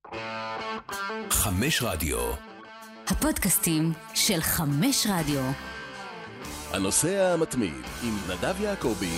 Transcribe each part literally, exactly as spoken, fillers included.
חמש רדיו. הפודקאסטים של חמש רדיו. הנושא המתמיד עם נדב יעקבי.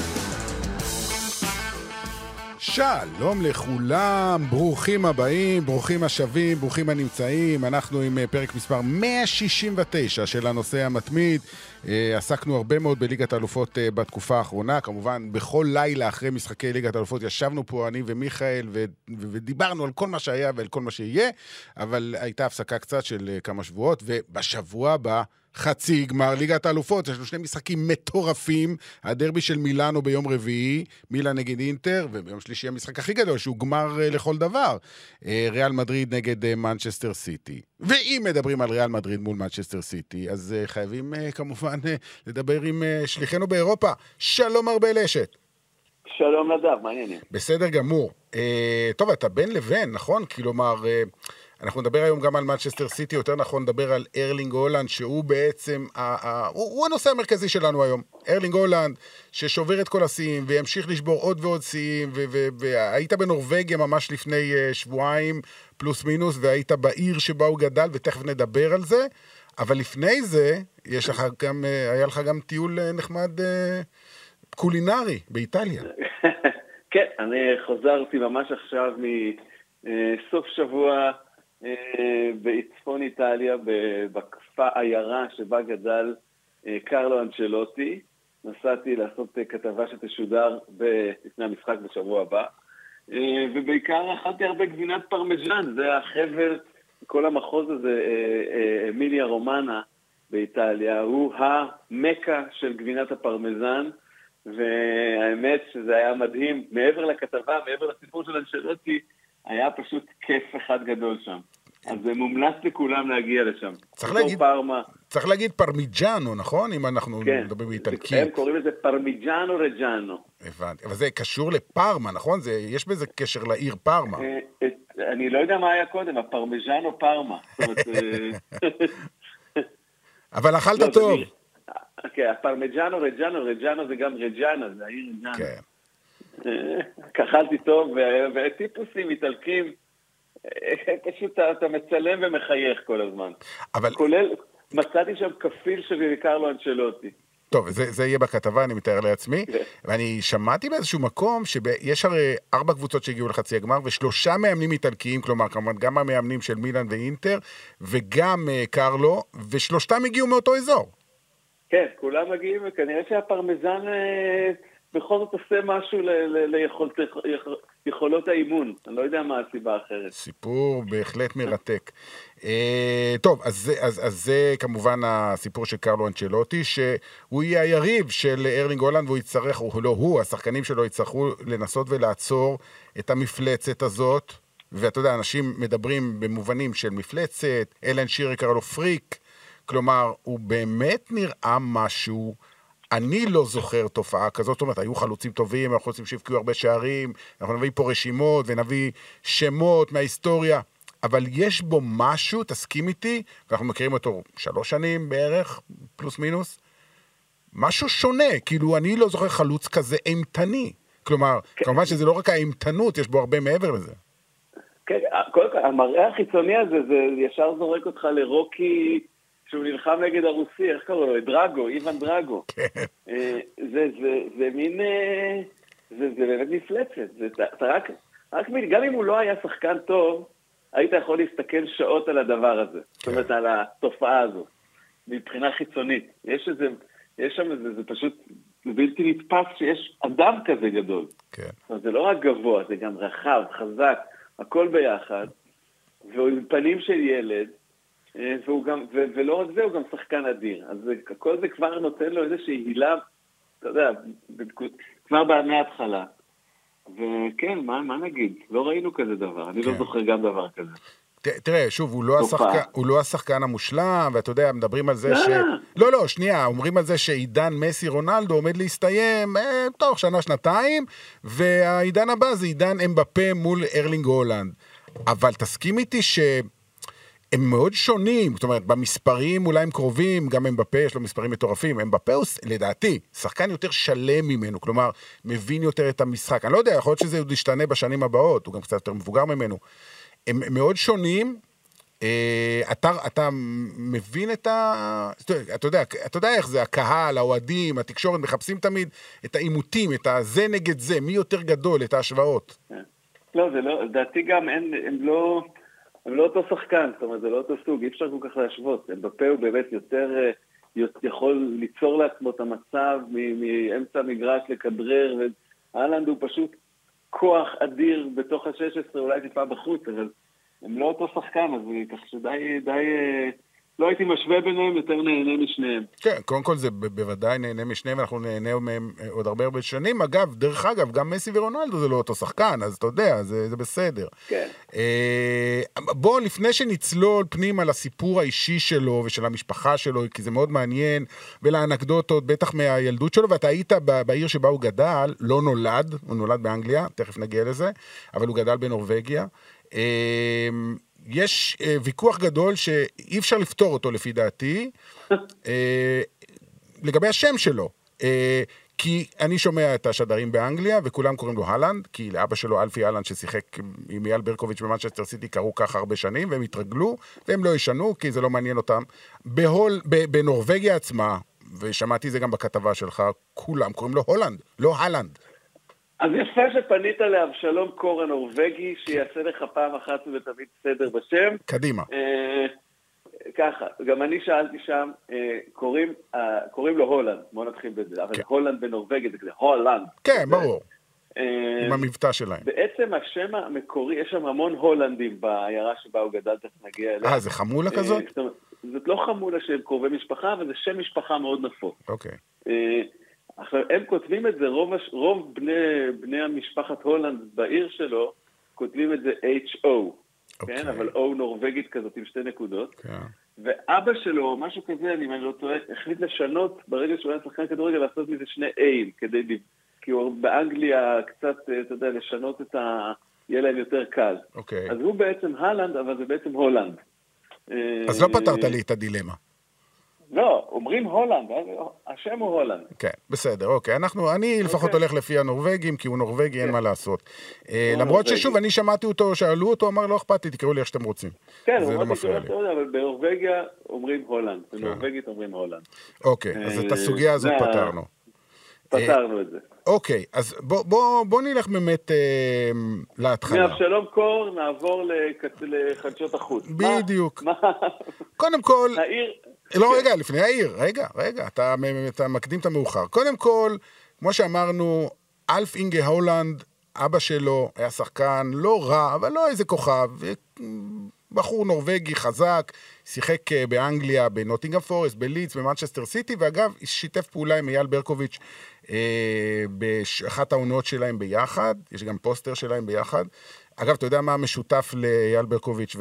שלום לכולם, ברוכים הבאים, ברוכים השבים, ברוכים הנמצאים. אנחנו עם פרק מספר מאה שישים ותשע של הנושא המתמיד. עסקנו הרבה מאוד בליגת האלופות בתקופה האחרונה, כמובן בכל לילה אחרי משחקי ליגת האלופות ישבנו פה אני ומיכאל ו- ו- ודיברנו על כל מה שהיה ועל כל מה שיהיה, אבל הייתה הפסקה קצת של כמה שבועות, ובשבוע הבא חצי גמר ליגת האלופות, יש לו שני משחקים מטורפים, הדרבי של מילאנו ביום רביעי, מילאן נגד אינטר, וביום שלישי המשחק הכי גדול, שהוא גמר לכל דבר, ריאל מדריד נגד מנצ'סטר סיטי. ואם מדברים על ריאל מדריד מול מנצ'סטר סיטי, אז חייבים כמובן לדבר עם שליחנו באירופה. שלום הרבה לשת. שלום נדב, מעניינים. בסדר גמור. טוב, אתה בין לבין, נכון? כלומר, אנחנו נדבר היום גם על מנצ'סטר סיטי, יותר נכון נדבר על ארלינג הולנד, שהוא בעצם, ה- ה- הוא, הוא הנושא המרכזי שלנו היום. ארלינג הולנד, ששובר את כל השיאים, וימשיך לשבור עוד ועוד שיאים, ו- ו- והיית בנורווגיה ממש לפני uh, שבועיים, פלוס מינוס, והיית בעיר שבה הוא גדל, ותכף נדבר על זה, אבל לפני זה, יש לך גם, uh, היה לך גם טיול uh, נחמד uh, קולינרי באיטליה. כן, אני חוזרתי ממש עכשיו מסוף שבוע, בצפון איטליה, בכפר עיירה שבה גדל קרלו אנצ'לוטי. נסעתי לעשות כתבה שתשודר לפני המשחק בשבוע הבא, ובעיקר אכלתי הרבה גבינת פרמיז'ן. זה החבל, כל המחוז הזה, אמיליה רומנה באיטליה, הוא המקה של גבינת הפרמיז'ן, והאמת שזה היה מדהים. מעבר לכתבה, מעבר לסיפור של אנצ'לוטי, היה פשוט כיף אחד גדול שם. אז זה מומלץ לכולם להגיע לשם. צריך להגיד, פרמה. צריך להגיד פרמיג'אנו, נכון? אם אנחנו כן, מדברים באיטלקית. הם קוראים לזה פרמיג'אנו רג'אנו. הבנתי. אבל זה קשור לפרמה, נכון? זה, יש בזה קשר לעיר פרמה. אני לא יודע מה היה קודם, הפרמיג'אנו פרמה. אבל אכלת טוב. כן, הפרמיג'אנו רג'אנו, רג'אנו זה גם רג'אנה, זה העיר רג'אנה. כן. אכלתי טוב, וטיפוסים איטלקים, פשוט אתה מצלם ומחייך כל הזמן. אבל... כולל, מצאתי שם כפיל של קרלו אנצ'לוטי. טוב, זה, זה יהיה בכתבה, אני מתאר לעצמי. ואני שמעתי באיזשהו מקום שיש הרי ארבע קבוצות שהגיעו לחצי הגמר, ושלושה מאמנים איטלקיים, כלומר, כמובן, גם המאמנים של מילאן ואינטר, וגם uh, קרלו, ושלושתם הגיעו מאותו אזור. כן, כולם מגיעים, וכנראה שהפרמיזן... Uh... בכל זאת עושה משהו ליכולות האימון. אני לא יודע מה הסיבה האחרת. סיפור בהחלט מרתק. טוב, אז זה כמובן הסיפור של קרלו אנצ'לוטי, שהוא יהיה היריב של ארלינג הולנד, והוא יצטרך, לא הוא, השחקנים שלו יצטרכו לנסות ולעצור את המפלצת הזאת, ואתה יודע, אנשים מדברים במובנים של מפלצת, אלן שירר קרא לו פריק, כלומר, הוא באמת נראה משהו... אני לא זוכר תופעה כזאת, זאת אומרת, היו חלוצים טובים, אנחנו רוצים שיפקיעו הרבה שערים, אנחנו נביא פה רשימות ונביא שמות מההיסטוריה, אבל יש בו משהו, תסכים איתי, ואנחנו מכירים אותו שלוש שנים בערך, פלוס מינוס, משהו שונה, כאילו אני לא זוכר חלוץ כזה אימתני, כלומר, כן. כמובן שזה לא רק האימתנות, יש בו הרבה מעבר לזה. כן, כל כך, המראה החיצוני הזה, זה ישר זורק אותך לרוקי... שהוא נלחם נגד הרוסי, איך קראו לו? דרגו, איוון דרגו. זה, זה, זה מין, זה, זה באמת מפלצת. זה, אתה רק, רק, גם אם הוא לא היה שחקן טוב, היית יכול להסתכל שעות על הדבר הזה. זאת אומרת, על התופעה הזו. מבחינה חיצונית. יש איזה, יש שם איזה, זה פשוט בלתי נתפס שיש אדם כזה גדול. זאת אומרת, זה לא רק גבוה, זה גם רחב, חזק, הכל ביחד. והוא עם פנים של ילד, והוא גם, ו- ולא רק זה, הוא גם שחקן אדיר. אז כל זה כבר נותן לו איזושהי הילה, אתה יודע, כבר מההתחלה. וכן, מה, מה נגיד? לא ראינו כזה דבר. אני כן. לא זוכר גם דבר כזה. ת, תראה, שוב, הוא לא, השחקן, הוא לא השחקן המושלם, ואתה יודע, מדברים על זה לא. ש... לא, לא, שנייה, אומרים על זה שעידן מסי רונלדו עומד להסתיים, אה, תוך שנה, שנתיים, והעידן הבא זה עידן אמבפה מול ארלינג הולנד. אבל תסכים איתי ש... הם מאוד שונים, זאת אומרת, במספרים אולי הם קרובים, גם אמבפה יש לו מספרים מטורפים, אמבפה הוא, לדעתי, שחקן יותר שלם ממנו, כלומר, מבין יותר את המשחק, אני לא יודע, יכול להיות שזה עוד ישתנה בשנים הבאות, הוא גם קצת יותר מבוגר ממנו, הם מאוד שונים, אתה, אתה מבין את ה... אתה יודע, אתה יודע איך זה, הקהל, האוהדים, התקשורת, מחפשים תמיד את העימותים, את הזה נגד זה, מי יותר גדול, את ההשוואות. לא, זה לא, דעתי גם, הם, הם לא, הם לא אותו שחקן, זאת אומרת, זה לא אותו סוג, אי אפשר כל כך להשוות. אמבפה הוא באמת יותר, יכול ליצור לעצמו את המצב מאמצע המגרש לכדרר, והלנד הוא פשוט כוח אדיר בתוך ה-שש עשרה, אולי טיפה בחוץ, אבל הם לא אותו שחקן, אז כך שדי, די, לא הייתי משווה ביניהם, יותר נהנה משניהם. כן, קודם כל זה בוודאי נהנה משניהם, אנחנו נהנה מהם עוד הרבה הרבה שנים. אגב, דרך אגב, גם מסי ורונלדו זה לא אותו שחקן, אז אתה יודע, זה, זה בסדר. כן. בוא, לפני שנצלול פנים על הסיפור האישי שלו ושל המשפחה שלו, כי זה מאוד מעניין, ולאנקדוטות, בטח מהילדות שלו, ואתה היית בעיר שבה הוא גדל, לא נולד, הוא נולד באנגליה, תכף נגיע לזה, אבל הוא גדל בנורווגיה. יש ויכוח גדול שאי אפשר לפתור אותו לפי דעתי, לגבי השם שלו, כי אני שומע את השדרים באנגליה וכולם קוראים לו הלנד, כי לאבא שלו אלפי הלנד ששיחק עם אייל ברקוביץ' במנצ'סטר סיטי קראו ככה הרבה שנים, והם התרגלו והם לא ישנו כי זה לא מעניין אותם. בהול, בנורווגיה עצמה, ושמעתי זה גם בכתבה שלך, כולם קוראים לו הולנד, לא הלנד. אז יפה שפנית לאבשלום קור הנורווגי, שיעשה לך פעם אחת ותמיד סדר בשם. קדימה. אה, ככה, גם אני שאלתי שם, אה, קוראים, אה, קוראים לו הולנד, בוא נתחיל בזה, אבל כן. הולנד בנורווגיה זה כזה, הולנד. כן, ברור. אה, עם המבטא שלהם. בעצם השם המקורי, יש שם המון הולנדים בעיירה שבה הוא גדל, תכף נגיע אליה. אה, זה חמולה כזאת? אה, זאת אומרת, זאת לא חמולה של קרובי משפחה, אבל זה שם משפחה מאוד נפוץ. אוקיי. אה, עכשיו, הם כותבים את זה, רוב, רוב בני, בני המשפחת הולנד בעיר שלו, כותבים את זה אייץ' או, okay. כן? אבל O נורווגית כזאת עם שתי נקודות. Okay. ואבא שלו, משהו כזה, אני לא טועה, החליט לשנות, ברגע שהוא היה שחקן כדורגל, לעשות מזה שני A'ים, כדי, כי הוא באנגליה קצת, אתה יודע, לשנות את ה... יהיה להם יותר קל. Okay. אז הוא בעצם הלנד, אבל זה בעצם הולנד. אז לא פתרת לי את הדילמה. לא, אומרים הולנד, השם הוא הולנד. כן, בסדר, אוקיי. אנחנו, אני לפחות הולך לפי הנורווגים, כי הוא נורווגי, אין מה לעשות. למרות ששוב, אני שמעתי אותו, שאלו אותו, אמר, לא אכפת לי, תקראו לי איך שאתם רוצים. כן, הוא אמרתי שלא תודה, אבל בנורווגיה אומרים הולנד, בנורווגית אומרים הולנד. אוקיי, אז את הסוגיה הזאת פתרנו. פתרנו את זה. אוקיי, אז בוא נלך באמת להתחלה. מאבשלום קור נעבור לחדשות החוץ. בדיוק. קודם כל... העיר... לא, רגע, לפני העיר, רגע, רגע, אתה, אתה מקדים את המאוחר. קודם כל, כמו שאמרנו, אלף אינגה הולנד, אבא שלו היה שחקן לא רע, אבל לא איזה כוכב, בחור נורווגי חזק, שיחק באנגליה, בנוטינגהאם פורסט, בלידס, במנצ'סטר סיטי, ואגב, שיתף פעולה עם אייל ברקוביץ' אה, באחת העונות שלהם ביחד, יש גם פוסטר שלהם ביחד. אגב, אתה יודע מה המשותף לאייל ברקוביץ'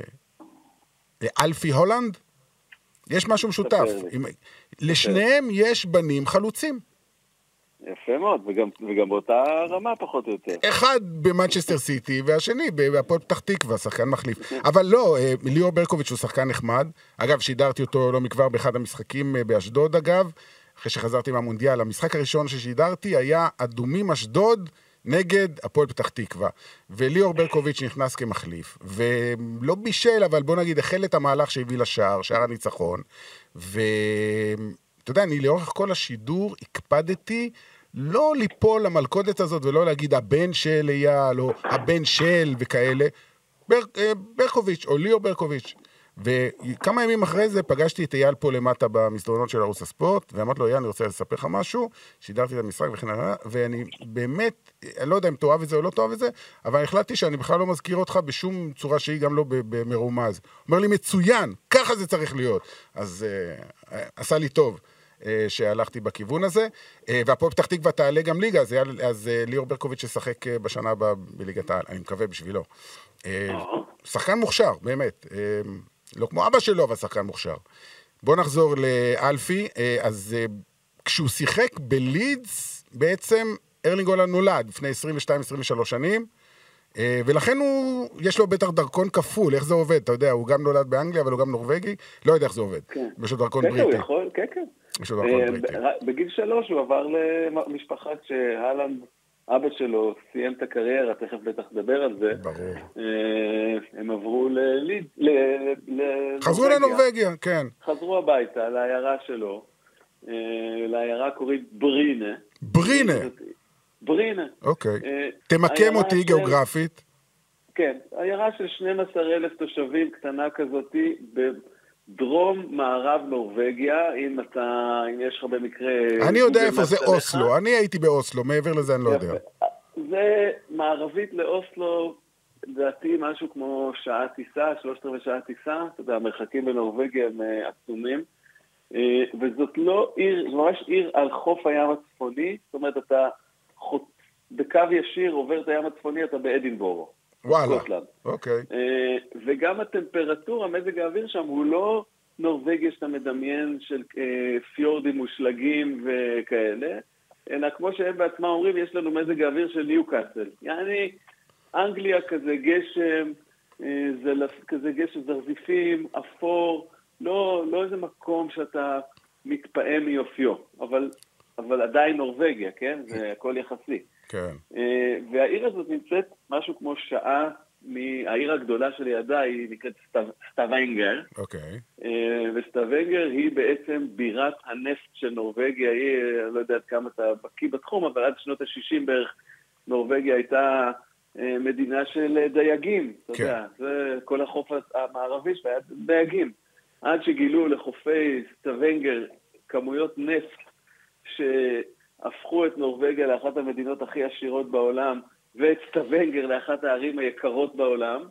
ולאלפי הולנד? יש משהו משותף. עם... לשניהם יש בנים חלוצים. יפה מאוד, וגם, וגם באותה רמה פחות או יותר. אחד במנצ'סטר סיטי, והשני בהפועל פתח תקווה, שחקן מחליף. אבל לא, ליאור ברקוביץ' הוא שחקן נחמד. אגב, שידרתי אותו לא מכבר באחד המשחקים באשדוד, אגב, אחרי שחזרתי מהמונדיאל. המשחק הראשון ששידרתי היה אדומים אשדוד, נגד הפועל פתח תקווה, וליאור ברקוביץ' נכנס כמחליף, ולא בישל, אבל בוא נגיד, החל את המהלך שהביא לשער, שער הניצחון, ואתה יודע, אני לאורך כל השידור הקפדתי לא ליפול למלכודת הזאת, ולא להגיד הבן של אייל, או הבן של וכאלה, בר, ברקוביץ' או ליאור ברקוביץ'. וכמה ימים אחרי זה פגשתי את אייל פה למטה במסדרונות של ערוץ הספורט, ואמרתי לו, אייל, אני רוצה לספר לך משהו, שידרתי את המשחק וכן הלאה, ואני באמת, אני לא יודע אם תאהב את זה או לא תאהב את זה, אבל החלטתי שאני בכלל לא מזכיר אותך בשום צורה שהיא גם לא במרומז. הוא אומר לי, מצוין, ככה זה צריך להיות. אז uh, עשה לי טוב uh, שהלכתי בכיוון הזה, uh, והפועל פתח תקווה תעלה גם ליגה, אז, אז uh, ליאור ברקוביץ' ששחק uh, בשנה הבאה בליגת העל, אני מקווה בשבילו. Uh, שחקן מוכשר, באמת. Uh, לא כמו אבא שלו, אבל שחקן מוכשר. בוא נחזור לאלפי, אז כשהוא שיחק בלידס, בעצם ארלינג הולנד נולד לפני עשרים ושתיים עשרים ושלוש שנים, ולכן הוא, יש לו בטח דרכון כפול, איך זה עובד? אתה יודע, הוא גם נולד באנגליה, אבל הוא גם נורווגי, לא יודע איך זה עובד. כן. יש לו דרכון כן, בריטי. הוא יכול, כן, כן. יש לו דרכון בריטי. בגיל שלוש הוא עבר למשפחה שהלנד, אבא שלו סיים את הקריירה, תכף בטח לדבר על זה. ברור. לנורווגיה. חזרו לנורווגיה, כן. חזרו הביתה, לעיירה שלו. לעיירה קוראים ברינה. ברינה? ברינה. אוקיי. תמקם אותי גיאוגרפית. כן, עיירה של שנים עשר אלף תושבים, קטנה כזאת, בדרום מערב נורווגיה, אם אתה, אם יש לך במקרה... אני יודע איפה זה אוסלו, אני הייתי באוסלו, מעבר לזה אני לא יודע. זה מערבית לאוסלו, דעתי משהו כמו שעה טיסה, שלושת רבעי שעה טיסה, אתה יודע, המרחקים בנורווגיה הם עצומים, וזאת לא עיר, זו ממש עיר על חוף הים הצפוני, זאת אומרת, אתה בקו ישיר עובר את הים הצפוני, אתה באדינבורו. וואלה, אוקיי. וגם הטמפרטורה, מזג האוויר שם, הוא לא נורווגיה שאתה מדמיין של פיורדים מושלגים וכאלה, אלא כמו שהם בעצמם אומרים, יש לנו מזג האוויר של ניוקאסל. יעני, אנגליה כזה גשם, כזה גשם זרזיפים, אפור, לא, לא איזה מקום שאתה מתפעם מיופיו, אבל, אבל עדיין נורווגיה, כן? זה הכל יחסי. כן. והעיר הזאת נמצאת משהו כמו שעה מהעיר הגדולה שלידה, היא נקראת סטוונגר. אוקיי. וסטוונגר היא בעצם בירת הנפט של נורווגיה, היא, לא יודעת כמה אתה בקיא בתחום, אבל עד שנות ה-שישים בערך נורווגיה הייתה מדינה של דייגים, אתה כן. יודע, זה כל החוף המערבי שהיה דייגים. עד שגילו לחופי סטוונגר כמויות נפט שהפכו את נורווגיה לאחת המדינות הכי עשירות בעולם, ואת סטוונגר לאחת הערים היקרות בעולם,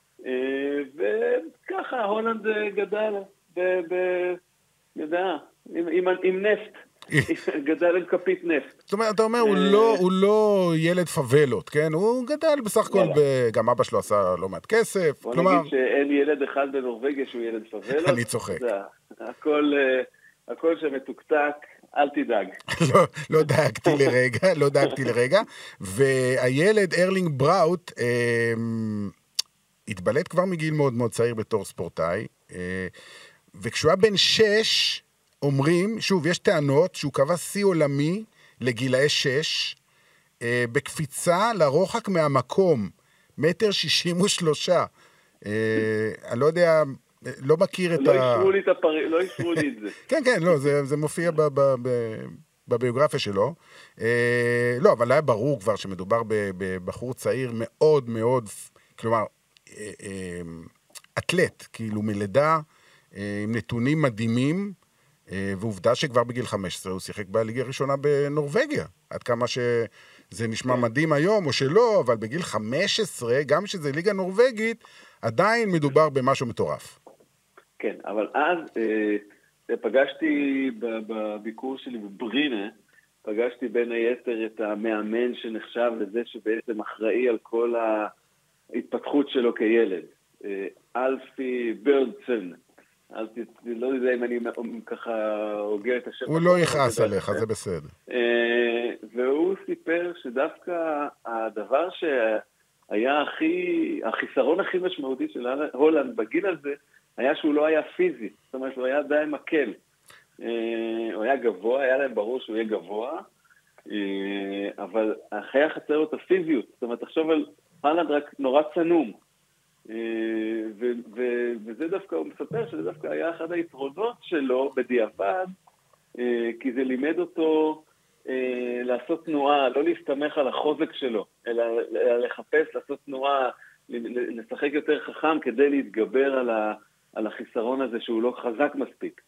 וככה הולנד גדל ב... יודע, עם, עם, עם נפט. גדל עם כפית נפט. זאת אומרת, אתה אומר, הוא לא, הוא לא ילד פאבלות, כן? הוא גדל בסך הכל, גם אבא שלו עשה לא מעט כסף. בוא נגיד שאין ילד אחד בנורווגיה שהוא ילד פאבלות. אני צוחק. הכל, הכל שמתוקתק, אל תדאג. לא, לא דאגתי לרגע, לא דאגתי לרגע. והילד ארלינג בראוט התבלט כבר מגיל מאוד מאוד צעיר בתור ספורטאי, וכשהוא היה בן שש, אומרים, שוב, יש טענות שהוא קבע שיא עולמי לגילאי שש, אה, בקפיצה לרוחק מהמקום, מטר שישים ושלושה. אה, אני לא יודע, לא מכיר את לא ה... לא ישרו לי את הפרי... לא ישרו לי את זה. כן, כן, לא, זה, זה מופיע ב, ב, ב, בביוגרפיה שלו. אה, לא, אבל היה ברור כבר שמדובר בבחור צעיר מאוד מאוד, כלומר, אה, אה, אתלט, כאילו מלידה, אה, עם נתונים מדהימים, ועובדה שכבר בגיל חמש עשרה הוא שיחק בליגה הראשונה בנורווגיה. עד כמה שזה נשמע מדהים היום או שלא, אבל בגיל חמש עשרה, גם שזה ליגה נורווגית, עדיין מדובר במשהו מטורף. כן, אבל אז אה, פגשתי בביקור שלי בברינה, פגשתי בין היתר את המאמן שנחשב לזה שבעצם אחראי על כל ההתפתחות שלו כילד. אה, אלפי ברדסון. אז לא יודע אם אני ככה הוגע את השם. הוא לא יכעס עליך, זה בסדר. והוא סיפר שדווקא הדבר שהיה הכי, החיסרון הכי משמעותי של הולנד בגיל הזה, היה שהוא לא היה פיזי. זאת אומרת, הוא היה די מקל. הוא היה גבוה, היה להם ברור שהוא יהיה גבוה, אבל היה חסר לו את הפיזיות. זאת אומרת, תחשוב על הולנד רק נורא צנום. ו- ו- וזה דווקא, הוא מספר שזה דווקא היה אחד היתרונות שלו בדיעבד, כי זה לימד אותו לעשות תנועה, לא להסתמך על החוזק שלו, אלא לחפש, לעשות תנועה, לשחק יותר חכם כדי להתגבר על, ה- על החיסרון הזה שהוא לא חזק מספיק.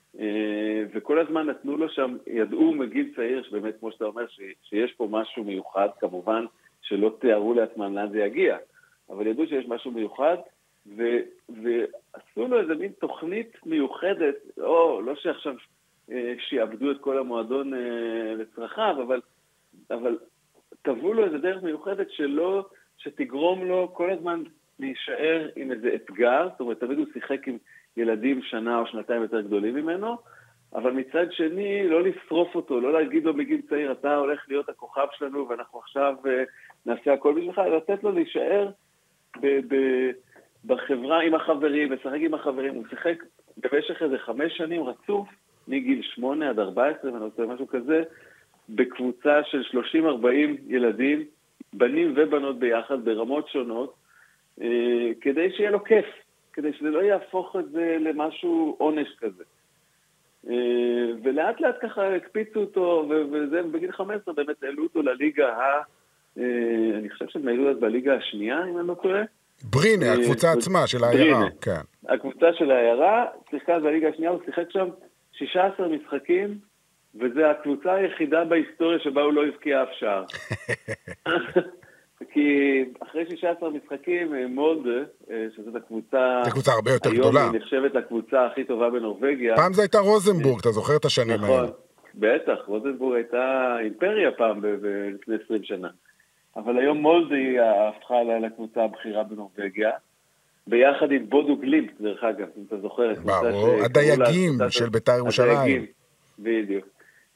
וכל הזמן נתנו לו שם, ידעו מגיל צעיר, שבאמת כמו שאתה אומר, שיש פה משהו מיוחד, כמובן שלא תיארו לעצמם לאן זה יגיע. אבל ידעו שיש משהו מיוחד, ו- ועשו לו איזה מין תוכנית מיוחדת, או לא שעכשיו אה, שיעבדו את כל המועדון אה, לצרכיו, אבל, אבל טבעו לו איזה דרך מיוחדת שלא, שתגרום לו כל הזמן להישאר עם איזה אתגר, זאת אומרת, תמיד הוא שיחק עם ילדים שנה או שנתיים יותר גדולים ממנו, אבל מצד שני, לא לשרוף אותו, לא להגיד לו בגיל צעיר, אתה הולך להיות הכוכב שלנו, ואנחנו עכשיו אה, נעשה הכל בשבילך, לתת לו להישאר, ב- ב- בחברה עם החברים, לשחק עם החברים, הוא שיחק במשך איזה חמש שנים רצוף, מגיל שמונה עד ארבע עשרה, ואני רוצה משהו כזה, בקבוצה של שלושים ארבעים ילדים, בנים ובנות ביחד, ברמות שונות, כדי שיהיה לו כיף, כדי שזה לא יהפוך את זה למשהו עונש כזה. ולאט לאט ככה הקפיצו אותו, וזה בגיל חמש עשרה באמת העלו אותו לליגה ה... אני חושב שהם העלו אז בליגה השנייה, אם אני לא טועה. ברינה, הקבוצה עצמה של העיירה. כן. הקבוצה של העיירה, שיחקה בליגה השנייה, הוא שיחק שם שישה עשר משחקים, וזו הקבוצה היחידה בהיסטוריה שבה הוא לא הבקיע אף שער. כי אחרי שישה עשר משחקים, מולדה, שזאת הקבוצה... זו קבוצה הרבה יותר גדולה. היום היא נחשבת לקבוצה הכי טובה בנורווגיה. פעם זו הייתה רוזנבורג, אתה זוכר את השנים האלה. נכון, בטח, רוזנבורג הייתה אימפריה פעם לפני עשרים שנה. אבל היום מולדה היא הפכה לקבוצה הבכירה בנורווגיה, ביחד עם בודו גלימפ, דרך אגב, אם אתה זוכר. ברור, הדייגים של בית"ר ירושלים. בדיוק.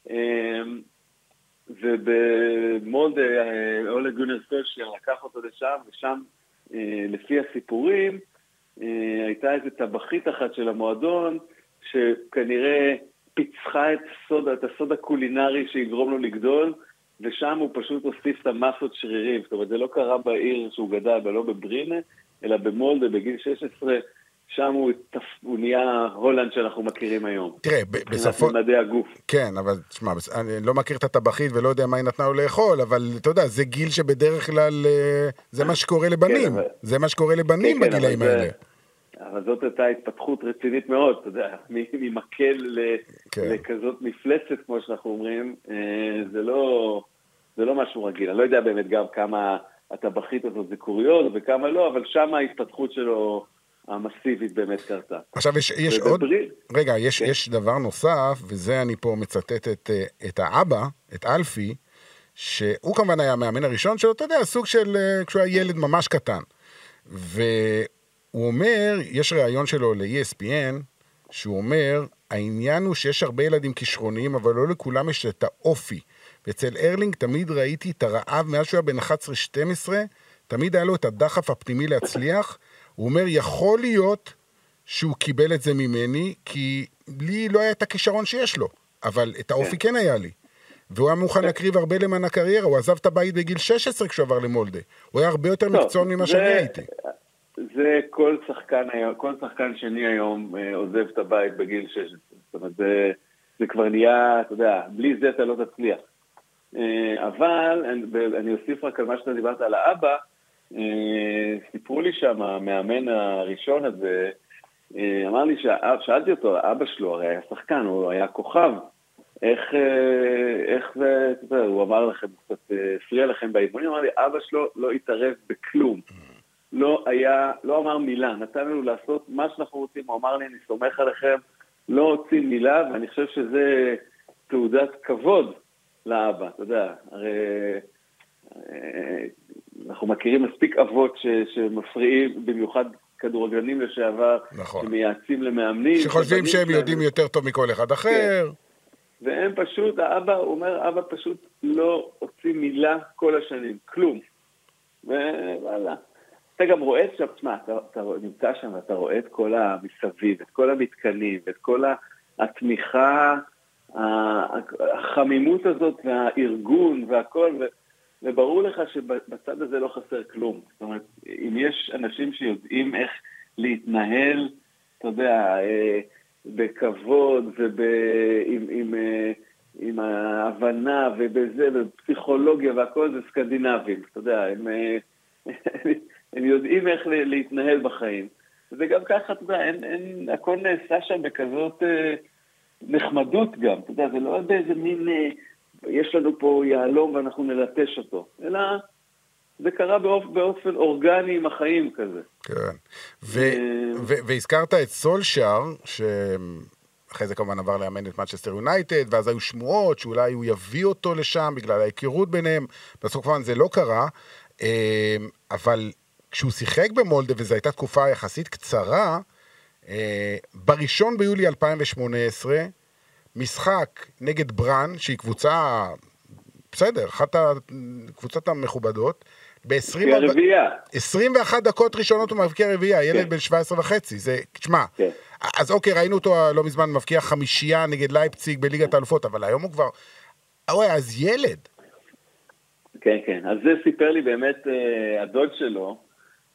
ובמולדה, אולה גונר סולשייר לקח אותו לשם, ושם, לפי הסיפורים, הייתה איזו טבחית אחת של המועדון, שכנראה פיצחה את הסוד, את הסוד הקולינרי שיגרום לו לגדול, ושם הוא פשוט הוסיף את המסות שרירים. זאת אומרת, זה לא קרה בעיר שהוא גדל, לא בברינה, אלא במולדה, בגיל שש עשרה, שם הוא, הוא נהיה הולנד שאנחנו מכירים היום. תראה, בסופו... מדעי הגוף. כן, אבל תשמע, אני לא מכיר את הטבחית ולא יודע מה היא נתנה לו לאכול, אבל אתה יודע, זה גיל שבדרך כלל, זה מה שקורה לבנים. כן, אבל... זה מה שקורה לבנים כן, בגילאים האלה. זה... אבל זאת הייתה התפתחות רצינית מאוד, אתה יודע, ממקל ל... כן. לכזאת מפלצת, כמו שאנחנו אומרים, זה לא, זה לא משהו רגיל. אני לא יודע באמת גם כמה הטבחית הזאת זה קוריוז וכמה לא, אבל שם ההתפתחות שלו המסיבית באמת קרתה. עכשיו יש, יש עוד, רגע, יש, כן. יש דבר נוסף, וזה אני פה מצטט את, את האבא, את אלפי, שהוא כמובן היה המאמן הראשון שלו, אתה יודע, סוג של, כשהוא היה ילד ממש קטן. והוא אומר, יש ראיון שלו ל-E S P N, שהוא אומר, העניין הוא שיש הרבה ילדים כישרוניים, אבל לא לכולם יש את האופי. ואצל ארלינג תמיד ראיתי את הרעב, מאז שהוא היה בן אחת עשרה שתים עשרה, תמיד היה לו את הדחף הפנימי להצליח. הוא אומר, יכול להיות שהוא קיבל את זה ממני, כי לי לא היה את הכישרון שיש לו, אבל את האופי כן היה לי. והוא היה מוכן להקריב הרבה למען הקריירה, הוא עזב את הבית בגיל שש עשרה כשהוא עבר למולדה. הוא היה הרבה יותר מקצוען ממה שאני הייתי. זה כל שחקן היום, כל שחקן שני היום עוזב את הבית בגיל שש עשרה. זאת אומרת, זה, זה כבר נהיה, אתה יודע, בלי זה אתה לא תצליח. אבל אני אוסיף רק על מה שאתה דיברת על האבא, סיפרו לי שם, המאמן הראשון הזה, אמר לי, שאלתי אותו, האבא שלו הרי היה שחקן, הוא היה כוכב, איך, איך זה, אתה יודע, הוא אמר לכם, קצת הפריע לכם באימונים, אמר לי, אבא שלו לא התערב בכלום. לא היה, לא אמר מילה, נתן לנו לעשות מה שאנחנו רוצים, הוא אמר לי, אני סומך עליכם, לא הוציא מילה, ואני חושב שזה תעודת כבוד לאבא, אתה יודע, הרי אנחנו מכירים מספיק אבות ש, שמפריעים, במיוחד כדורגלנים לשעבר, נכון. שמייעצים למאמנים. שחושבים שהם יודעים יותר טוב מכל אחד אחר. כן. והם פשוט, האבא, הוא אומר, אבא פשוט לא הוציא מילה כל השנים, כלום. ווואלה. אתה גם רואה שם, תשמע, אתה, אתה נמצא שם, אתה רואה את כל המסביב, את כל המתקנים, את כל התמיכה, החמימות הזאת והארגון והכל, ו, וברור לך שבצד הזה לא חסר כלום. זאת אומרת, אם יש אנשים שיודעים איך להתנהל, אתה יודע, בכבוד ועם עם, עם ההבנה ובזה, בפסיכולוגיה והכל, זה סקנדינבים. אתה יודע, הם... הם יודעים איך להתנהל בחיים. וזה גם ככה, אתה יודע, אין, אין, הכל נעשה שם בכזאת אה, נחמדות גם. אתה יודע, זה לא באיזה מין, אה, יש לנו פה יעלום ואנחנו נלטש אותו. אלא זה קרה באופ, באופן אורגני עם החיים כזה. כן. ו, אה, ו, והזכרת את סולשר, שאחרי זה כמובן עבר לאמן את מנצ'סטר יונייטד, ואז היו שמועות שאולי הוא יביא אותו לשם בגלל ההיכרות ביניהם. בסוף כמובן זה לא קרה. אבל כשהוא שיחק במולדה, וזו הייתה תקופה יחסית קצרה, בראשון ביולי אלפיים ושמונה עשרה, משחק נגד ברן, שהיא קבוצה, בסדר, אחת הקבוצות המכובדות, ב-עשרים ואחת דקות ראשונות הוא מבקיע רביעייה, ילד בן שבע עשרה וחצי, זה, תשמע, אז אוקיי, ראינו אותו לא מזמן מבקיע חמישייה נגד לייפציג בליגת האלופות, אבל היום הוא כבר, אוי, אז ילד. כן, כן. אז זה סיפר לי באמת אה, הדוד שלו,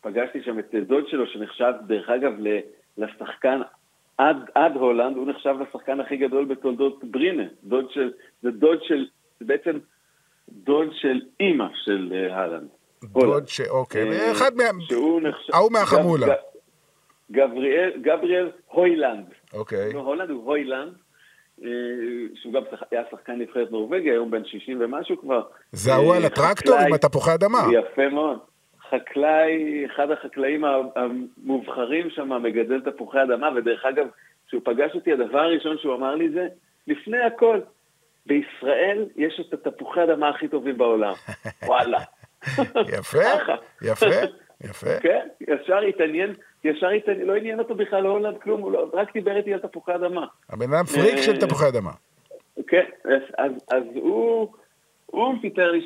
פגשתי שם את דוד שלו, שנחשב דרך אגב לשחקן עד, עד הולנד, הוא נחשב לשחקן הכי גדול בתולדות ברינה. דוד של, זה דוד של, זה בעצם דוד של אימא של הולנד. דוד ש... אוקיי, אחד מה... ההוא מהחמולה. גבריאל, גבריאל הוילנד. אוקיי. הולנד הוא הוילנד, שהוא גם היה שחקן נבחרת נורווגיה, היום בן שישים ומשהו כבר. זה ההוא על הטרקטור עם התפוחי אדמה. יפה מאוד. חקלאי, אחד החקלאים המובחרים שם, מגדל תפוחי אדמה, ודרך אגב, כשהוא פגש אותי, הדבר הראשון שהוא אמר לי זה, לפני הכל, בישראל יש את התפוחי אדמה הכי טובים בעולם. וואלה. יפה, יפה, יפה. כן, ישר התעניין, ישר התעניין, לא עניין אותו בכלל להולנד כלום, הוא לא, רק דיבר איתי על תפוחי אדמה. הבן אדם פריק של תפוחי אדמה. כן, אז, אז הוא, הוא סיפר לי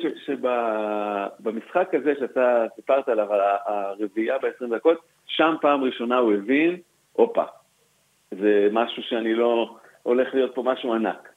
שבמשחק הזה שאתה סיפרת עליו, הרביעייה ב-עשרים דקות, שם פעם ראשונה הוא הבין, אופה, זה משהו שאני לא, הולך להיות פה משהו ענק.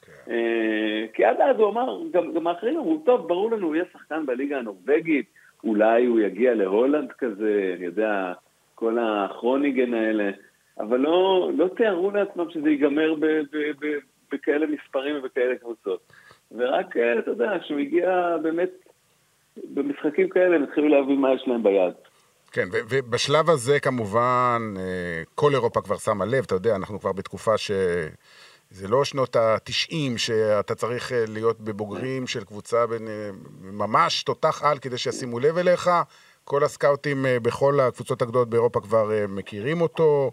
כי עד אז הוא אמר, גם, גם האחרים אמרו, טוב, ברור לנו, הוא יהיה שחקן בליגה הנורווגית, אולי הוא יגיע להולנד כזה, אני יודע, כל הכרוניגן האלה, אבל לא, לא תיארו לעצמם שזה ייגמר ב, ב, ב, בכאלה מספרים ובכאלה קבוצות. ורק, אתה יודע, שהוא הגיע באמת, במשחקים כאלה, הם התחילו להבין מה יש להם ביד. כן, ו- ובשלב הזה כמובן, כל אירופה כבר שמה לב, אתה יודע, אנחנו כבר בתקופה ש... זה לא שנות ה-תשעים שאתה צריך להיות בבוגרים של קבוצה בין, ממש תותח על כדי שישימו לב אליך. כל הסקאוטים בכל הקבוצות הגדולות באירופה כבר מכירים אותו.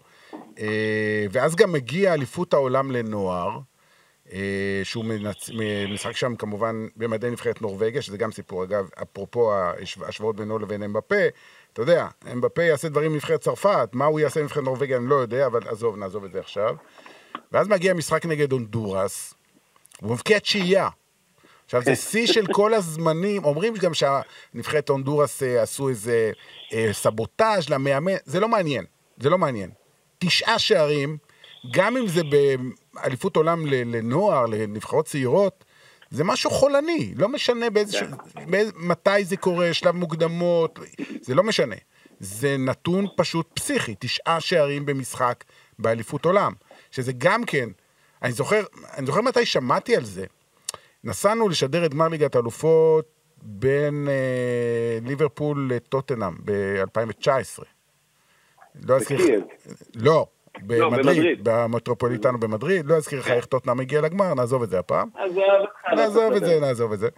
ואז גם מגיע אליפות העולם לנוער, שהוא משחק שם כמובן במדי נבחרת נורווגיה, שזה גם סיפור, אגב, אפרופו השוואות בינו לבין אמבפה. אתה יודע, אמבפה יעשה דברים נבחרת צרפת, מה הוא יעשה נבחרת נורווגיה אני לא יודע, אבל עזוב, נעזוב את זה עכשיו. ואז מגיע משחק נגד הונדורס, הוא מבקיע תשיעייה. עכשיו, זה שיא של כל הזמנים, אומרים גם שהנבחרת הונדורס עשו איזה סבוטאז' למאמן, זה לא מעניין, זה לא מעניין. תשעה שערים, גם אם זה באליפות עולם לנוער, לנבחרות צעירות, זה משהו חולני, לא משנה באיזשהו, מתי זה קורה, שלב מוקדמות, זה לא משנה. זה נתון פשוט פסיכי, תשעה שערים במשחק באליפות עולם. שזה גם כן, אני זוכר, אני זוכר מתי שמעתי על זה, נסענו לשדר את גמר ליגת האלופות בין אה, ליברפול לטוטנהאם ב-אלפיים תשע עשרה. לא אזכיר... לא, במדריד, במטרופוליטנו במדריד, לא אזכיר לך איך טוטנהאם הגיע לגמר, נעזוב את זה הפעם. נעזוב את זה, נעזוב את זה.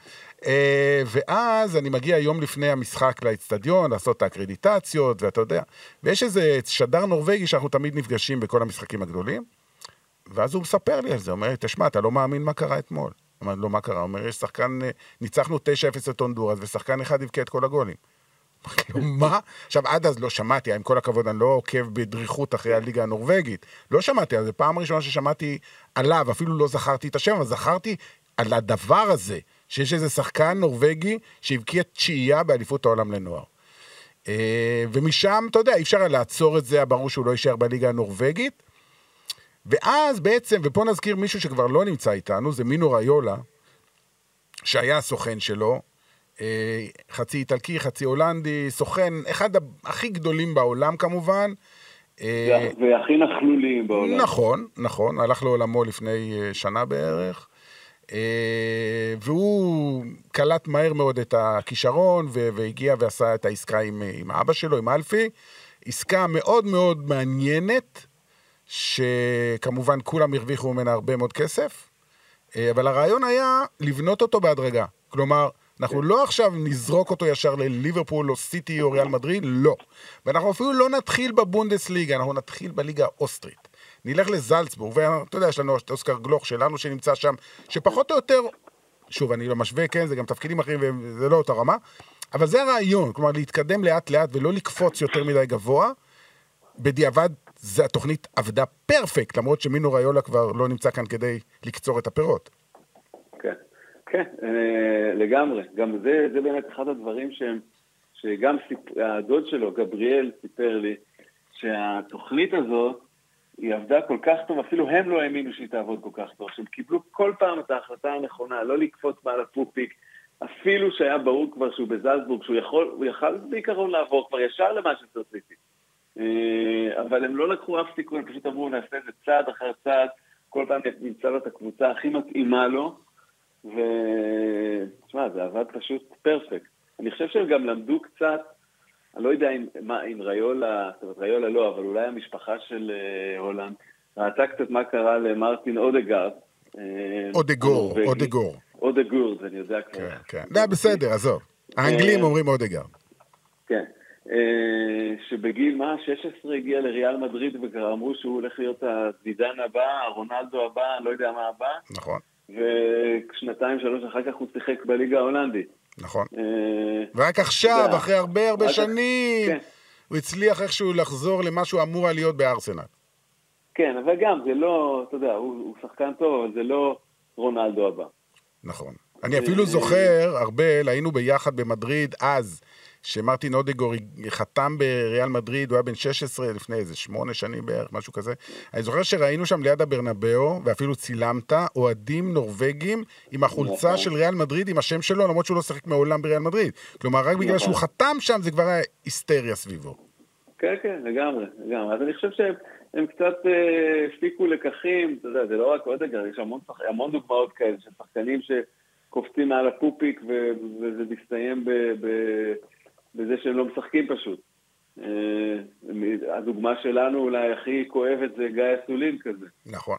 ואז אני מגיע יום לפני המשחק לאצטדיון, לעשות את האקרדיטציות, ואתה יודע, ויש איזה שדר נורווגי שאנחנו תמיד נפגשים בכל המשחקים הגדולים, ואז הוא מספר לי על זה, הוא אומר, תשמע, אתה לא מאמין מה קרה אתמול. הוא אומר, לא, מה קרה? הוא אומר, יש שחקן, ניצחנו תשע אפס את הונדורס, ושחקן אחד יבקע את כל הגולים. מה? עכשיו, עד אז לא שמעתי, עם כל הכבוד, אני לא עוקב בדריכות אחרי הליגה הנורווגית. לא שמעתי, אז זו פעם ראשונה ששמעתי עליו, אפילו לא זכרתי את השם, אבל זכרתי על הדבר הזה, שיש איזה שחקן נורווגי שהבקיע תשיעייה באליפות העולם לנוער. ומשם, אתה יודע, אי אפשר לעצור את זה, ברור שהוא לא יישאר בליגה הנורווגית. ואז בעצם, ופה נזכיר מישהו שכבר לא נמצא איתנו, זה מינו ריולה, שהיה הסוכן שלו, חצי איטלקי, חצי הולנדי, סוכן, אחד הכי גדולים בעולם כמובן. והכי נכלוליים בעולם. נכון, נכון, הלך לעולמו לפני שנה בערך, והוא קלט מהר מאוד את הכישרון, והגיע ועשה את העסקה עם, עם אבא שלו, עם אלפי, עסקה מאוד מאוד מעניינת, שכמובן כולם הרוויחו ממנה הרבה מאוד כסף, אבל הרעיון היה לבנות אותו בהדרגה, כלומר, אנחנו לא עכשיו נזרוק אותו ישר לליברפול או סיטי או ריאל מדריד, לא. ואנחנו אפילו לא נתחיל בבונדסליגה, אנחנו נתחיל בליגה האוסטרית. נלך לזלצבורג, ואתה יודע, יש לנו את אוסקר גלוך שלנו שנמצא שם, שפחות או יותר, שוב, אני לא משווה, כן, זה גם תפקידים אחרים וזה לא אותה רמה, אבל זה הרעיון, כלומר, להתקדם לאט לאט ולא לקפוץ יותר מדי גבוה, בדיעבד, זה התוכנית עבדה פרפקט, למרות שמינו ריולה כבר לא נמצא כאן כדי לקצור את הפירות. כן. כן, לגמרי. גם זה, זה באמת אחד הדברים שהם, שגם סיפ... הדוד שלו, גבריאל, סיפר לי, שהתוכנית הזאת, היא עבדה כל כך טוב, אפילו הם לא האמינו שהיא תעבוד כל כך טוב, שהם קיבלו כל פעם את ההחלטה הנכונה, לא לקפוץ מעל הפופיק, אפילו שהיה ברור כבר שהוא בזלצבורג, שהוא יכול, הוא יכל בעיקרון לעבור כבר ישר למנצ'סטר סיטי. אבל הם לא לקחו אף סיכוי, הם פשוט אמרו, נעשה את זה צעד אחר צעד, כל פעם נמצא לו את הקבוצה הכי מתאימה לו, ותשמע, זה עבד פשוט פרפקט. אני חושב שהם גם למדו קצת, אני לא יודע אם, מה, אם ריולה, זאת אומרת, ריולה לא, אבל אולי המשפחה של uh, הולנד, ראתה קצת מה קרה למרטין אודגארד. אודגור, אודגור. אודגור, זה אני יודע כבר. כן, כן. זה בסדר, עזוב. האנגלים אומרים אודגארד. כן. שבגיל מה, שש עשרה הגיע לריאל מדריד, וכבר אמרו שהוא הולך להיות הזידן הבא, הרונלדו הבא, לא יודע מה הבא. נכון. ושנתיים, שלוש אחר כך הוא שיחק בליגה ההולנדית. נכון. ורק עכשיו, אחרי הרבה הרבה שנים, הוא הצליח איכשהו לחזור למה שהוא אמור להיות בארסנל. כן, אבל גם, זה לא, אתה יודע, הוא שחקן טוב, אבל זה לא רונלדו הבא. נכון. אני אפילו זוכר, הרבה, היינו ביחד במדריד אז, שמרטין אודגור חתם בריאל מדריד, הוא היה בן שש עשרה לפני איזה שמונה שנים בערך, משהו כזה. אני זוכר שראינו שם ליד הברנבאו, ואפילו צילמת, אוהדים נורווגים עם החולצה של ריאל מדריד, עם השם שלו, למרות שהוא לא שחק מעולם בריאל מדריד. כלומר, רק בגלל שהוא חתם שם, זה כבר היה היסטריה סביבו. כן, כן, לגמרי, לגמרי. אז אני חושב שהם קצת הפיקו לקחים, אתה יודע, זה לא רק אודגור, יש המון דוגמאות כאלה, של שחקנים שקופצים מעל הפופיק, וזה מסתיים ב... בזה שהם לא משחקים פשוט. הדוגמה שלנו אולי הכי כואבת זה גיא אסולין כזה. נכון.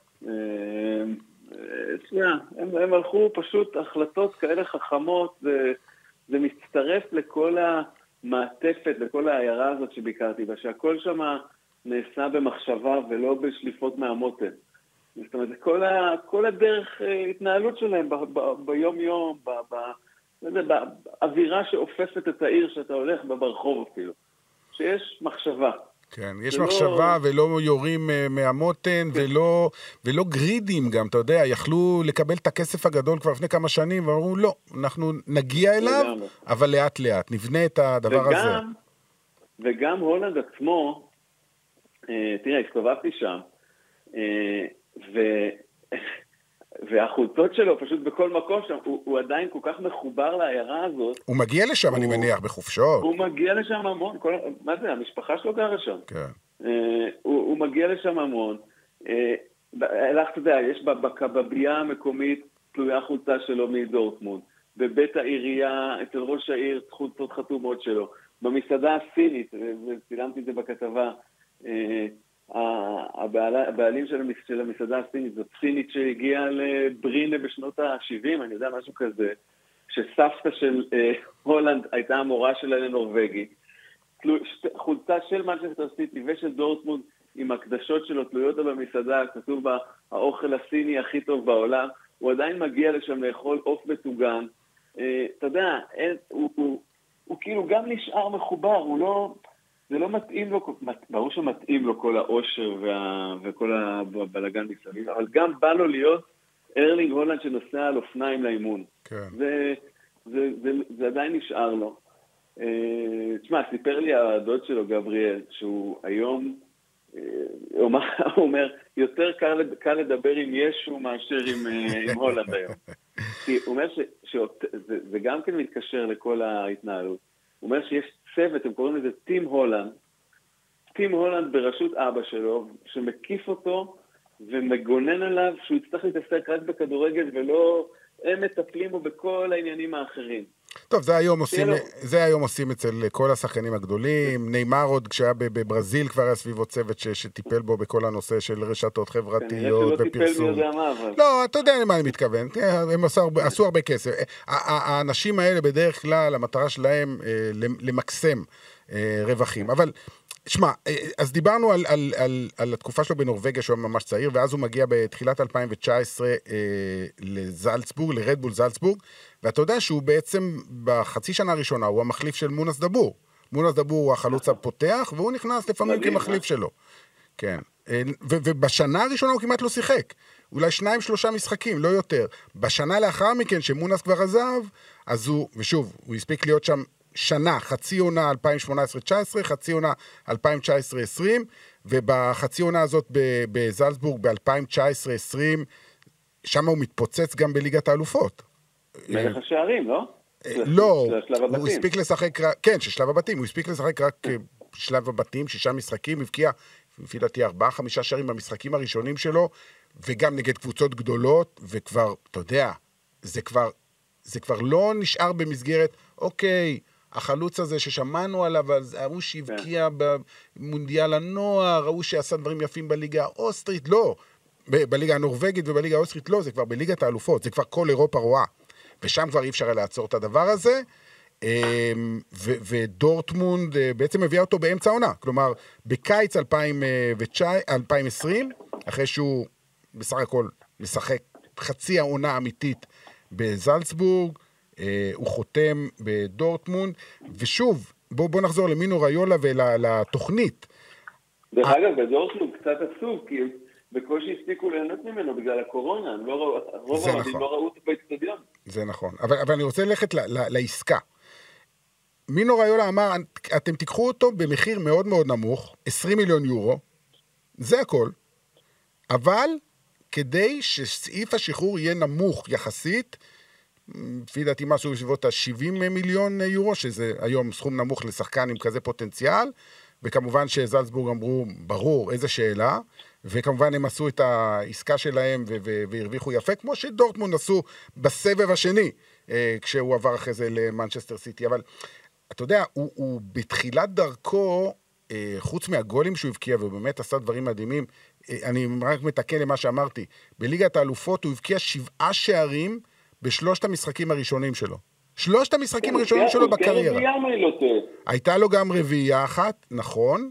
שנייה, הם, הם הלכו פשוט החלטות כאלה חכמות, זה, זה מצטרף לכל המעטפת, לכל העיירה הזאת שביקרתי בה, שהכל שם נעשה במחשבה ולא בשליפות מהמותן. זאת אומרת, כל, ה, כל הדרך התנהלות שלהם ב, ב, ביום יום, ב... ב זה באווירה שאופפת את העיר שאתה הולך ברחוב אפילו. שיש מחשבה. כן, יש מחשבה ולא יורים מהמותן ולא, ולא גרידים גם, אתה יודע, יכלו לקבל את הכסף הגדול כבר לפני כמה שנים, ואמרו, לא, אנחנו נגיע אליו, אבל לאט לאט, נבנה את הדבר הזה. וגם הולנד עצמו, תראה, הסתובבתי שם, ו... והחולצות שלו פשוט בכל מקום שם, הוא, הוא עדיין כל כך מחובר לעיירה הזאת. הוא מגיע לשם, הוא, אני מניח, בחופשות. הוא מגיע לשם המון, כל, מה זה, המשפחה שלו גרה שם. כן. Uh, הוא, הוא מגיע לשם המון. הלך, אתה יודע, יש בקבבייה המקומית תלויה חולצה שלו מדורטמונד. בבית העירייה, אצל ראש העיר, חולצות חתומות שלו. במסעדה הסינית, וצילמתי את זה בכתבה, uh, הבעלים של המסעדה הסינית, זאת סינית שהגיעה לברינה בשנות ה-שבעים, אני יודע משהו כזה, שסבתא של הולנד הייתה המורה שלה לנורווגי, חולצה של מנצ'סטר סיטי ושל דורטמונד עם הקדשות שלו תלויות במסעדה, כתוב בה האוכל הסיני הכי טוב בעולם, הוא עדיין מגיע לשם לאכול עוף מטוגן, אתה יודע, הוא כאילו גם נשאר מחובר, הוא לא... זה לא מתאים לו, ברור שמתאים לו כל האושר וה, וכל הבלגן מסביב, אבל גם בא לו להיות ארלינג הולנד שנוסע על אופניים לאימון. כן. זה, זה, זה, זה עדיין נשאר לו. תשמע, סיפר לי הדוד שלו, גבריאל, שהוא היום, הוא אומר, יותר קל, קל לדבר עם ישו מאשר עם, עם הולנד היום. כי הוא אומר שזה זה גם כן מתקשר לכל ההתנהלות. הוא אומר שיש צוות, הם קוראים לזה טים הולנד, טים הולנד בראשות אבא שלו, שמקיף אותו ומגונן עליו שהוא יצטרך להתעסק רק בכדורגל ולא, הם מטפלים בו בכל העניינים האחרים. טוב, זה היום עושים, זה היום עושים אצל כל השחקנים הגדולים, ניימר עוד כשהיה בברזיל כבר היה סביבו צוות שטיפל בו בכל הנושא של רשתות חברתיות ופרסום. לא, אתה יודע למה אני מתכוון, הם עשו הרבה כסף. האנשים האלה בדרך כלל, המטרה שלהם למקסם רווחים, אבל שמע, אז דיברנו על, על, על, על התקופה שלו בנורווגיה שהוא ממש צעיר, ואז הוא מגיע בתחילת אלפיים תשע עשרה אה, לזלצבורג, לרדבול זלצבורג, ואתה יודע שהוא בעצם בחצי שנה הראשונה הוא המחליף של מונס דבור. מונס דבור הוא החלוץ הפותח, והוא נכנס לפעמים כמחליף שלו. כן. ו- ובשנה הראשונה הוא כמעט לא שיחק. אולי שניים, שלושה משחקים, לא יותר. בשנה לאחר מכן, שמונס כבר עזב, אז הוא, ושוב, הוא הספיק להיות שם שנה, חצי עונה אלפיים שמונה עשרה תשע עשרה, חצי עונה אלפיים תשע עשרה עשרים, ובחצי עונה הזאת בזלצבורג ב-אלפיים תשע עשרה עשרים, שם הוא מתפוצץ גם בליגת האלופות. מלך השערים, לא? לא, הוא הספיק לשחק, כן, ששלב הבתים, הוא הספיק לשחק רק שלב הבתים, שישה משחקים, הבקיע, לפי דעתי, ארבעה, חמישה שערים במשחקים הראשונים שלו, וגם נגד קבוצות גדולות, וכבר, אתה יודע, זה כבר, זה כבר לא נשאר במסגרת, אוקיי, החלוץ הזה ששמענו עליו, ראו שהבקיע במונדיאל הנוער, ראו שעשה דברים יפים בליגה האוסטרית, לא, ב- בליגה הנורווגית ובליגה האוסטרית, לא, זה כבר בליגת האלופות, זה כבר כל אירופה רואה, ושם כבר אי אפשר לעצור את הדבר הזה, ו- ודורטמונד בעצם הביאה אותו באמצע העונה, כלומר, בקיץ אלפיים עשרים, אחרי שהוא בסך הכל משחק חצי העונה אמיתית בזלצבורג, הוא חותם בדורטמונד, ושוב, בוא, בוא נחזור למינו ריולה ולתוכנית. דרך אגב, בדורטמונד קצת עצוב, כי בקושי הספיקו ליהנות ממנו בגלל הקורונה, הם לא ראו, רוב העדים לא ראו אותו באצטדיון. זה נכון, אבל, אבל אני רוצה ללכת ל, ל, לעסקה. מינו ריולה אמר, אתם תיקחו אותו במחיר מאוד מאוד נמוך, עשרים מיליון יורו, זה הכל, אבל כדי שסעיף השחרור יהיה נמוך יחסית, לפי דעתי משהו בסביבות ה-שבעים מיליון יורו, שזה היום סכום נמוך לשחקן עם כזה פוטנציאל, וכמובן שזלצבורג אמרו, ברור, איזה שאלה, וכמובן הם עשו את העסקה שלהם והרוויחו יפה, כמו שדורטמונד עשו בסבב השני, כשהוא עבר אחרי זה למנצ'סטר סיטי, אבל אתה יודע, הוא, הוא בתחילת דרכו, חוץ מהגולים שהוא הבקיע, ובאמת עשה דברים מדהימים, אני רק מתקן למה שאמרתי, בליגת האלופות הוא הבקיע שבעה שערים, בשלושת המשחקים הראשונים שלו. שלושת המשחקים הראשונים שלו בקריירה. הייתה לו גם רביעייה אחת, נכון.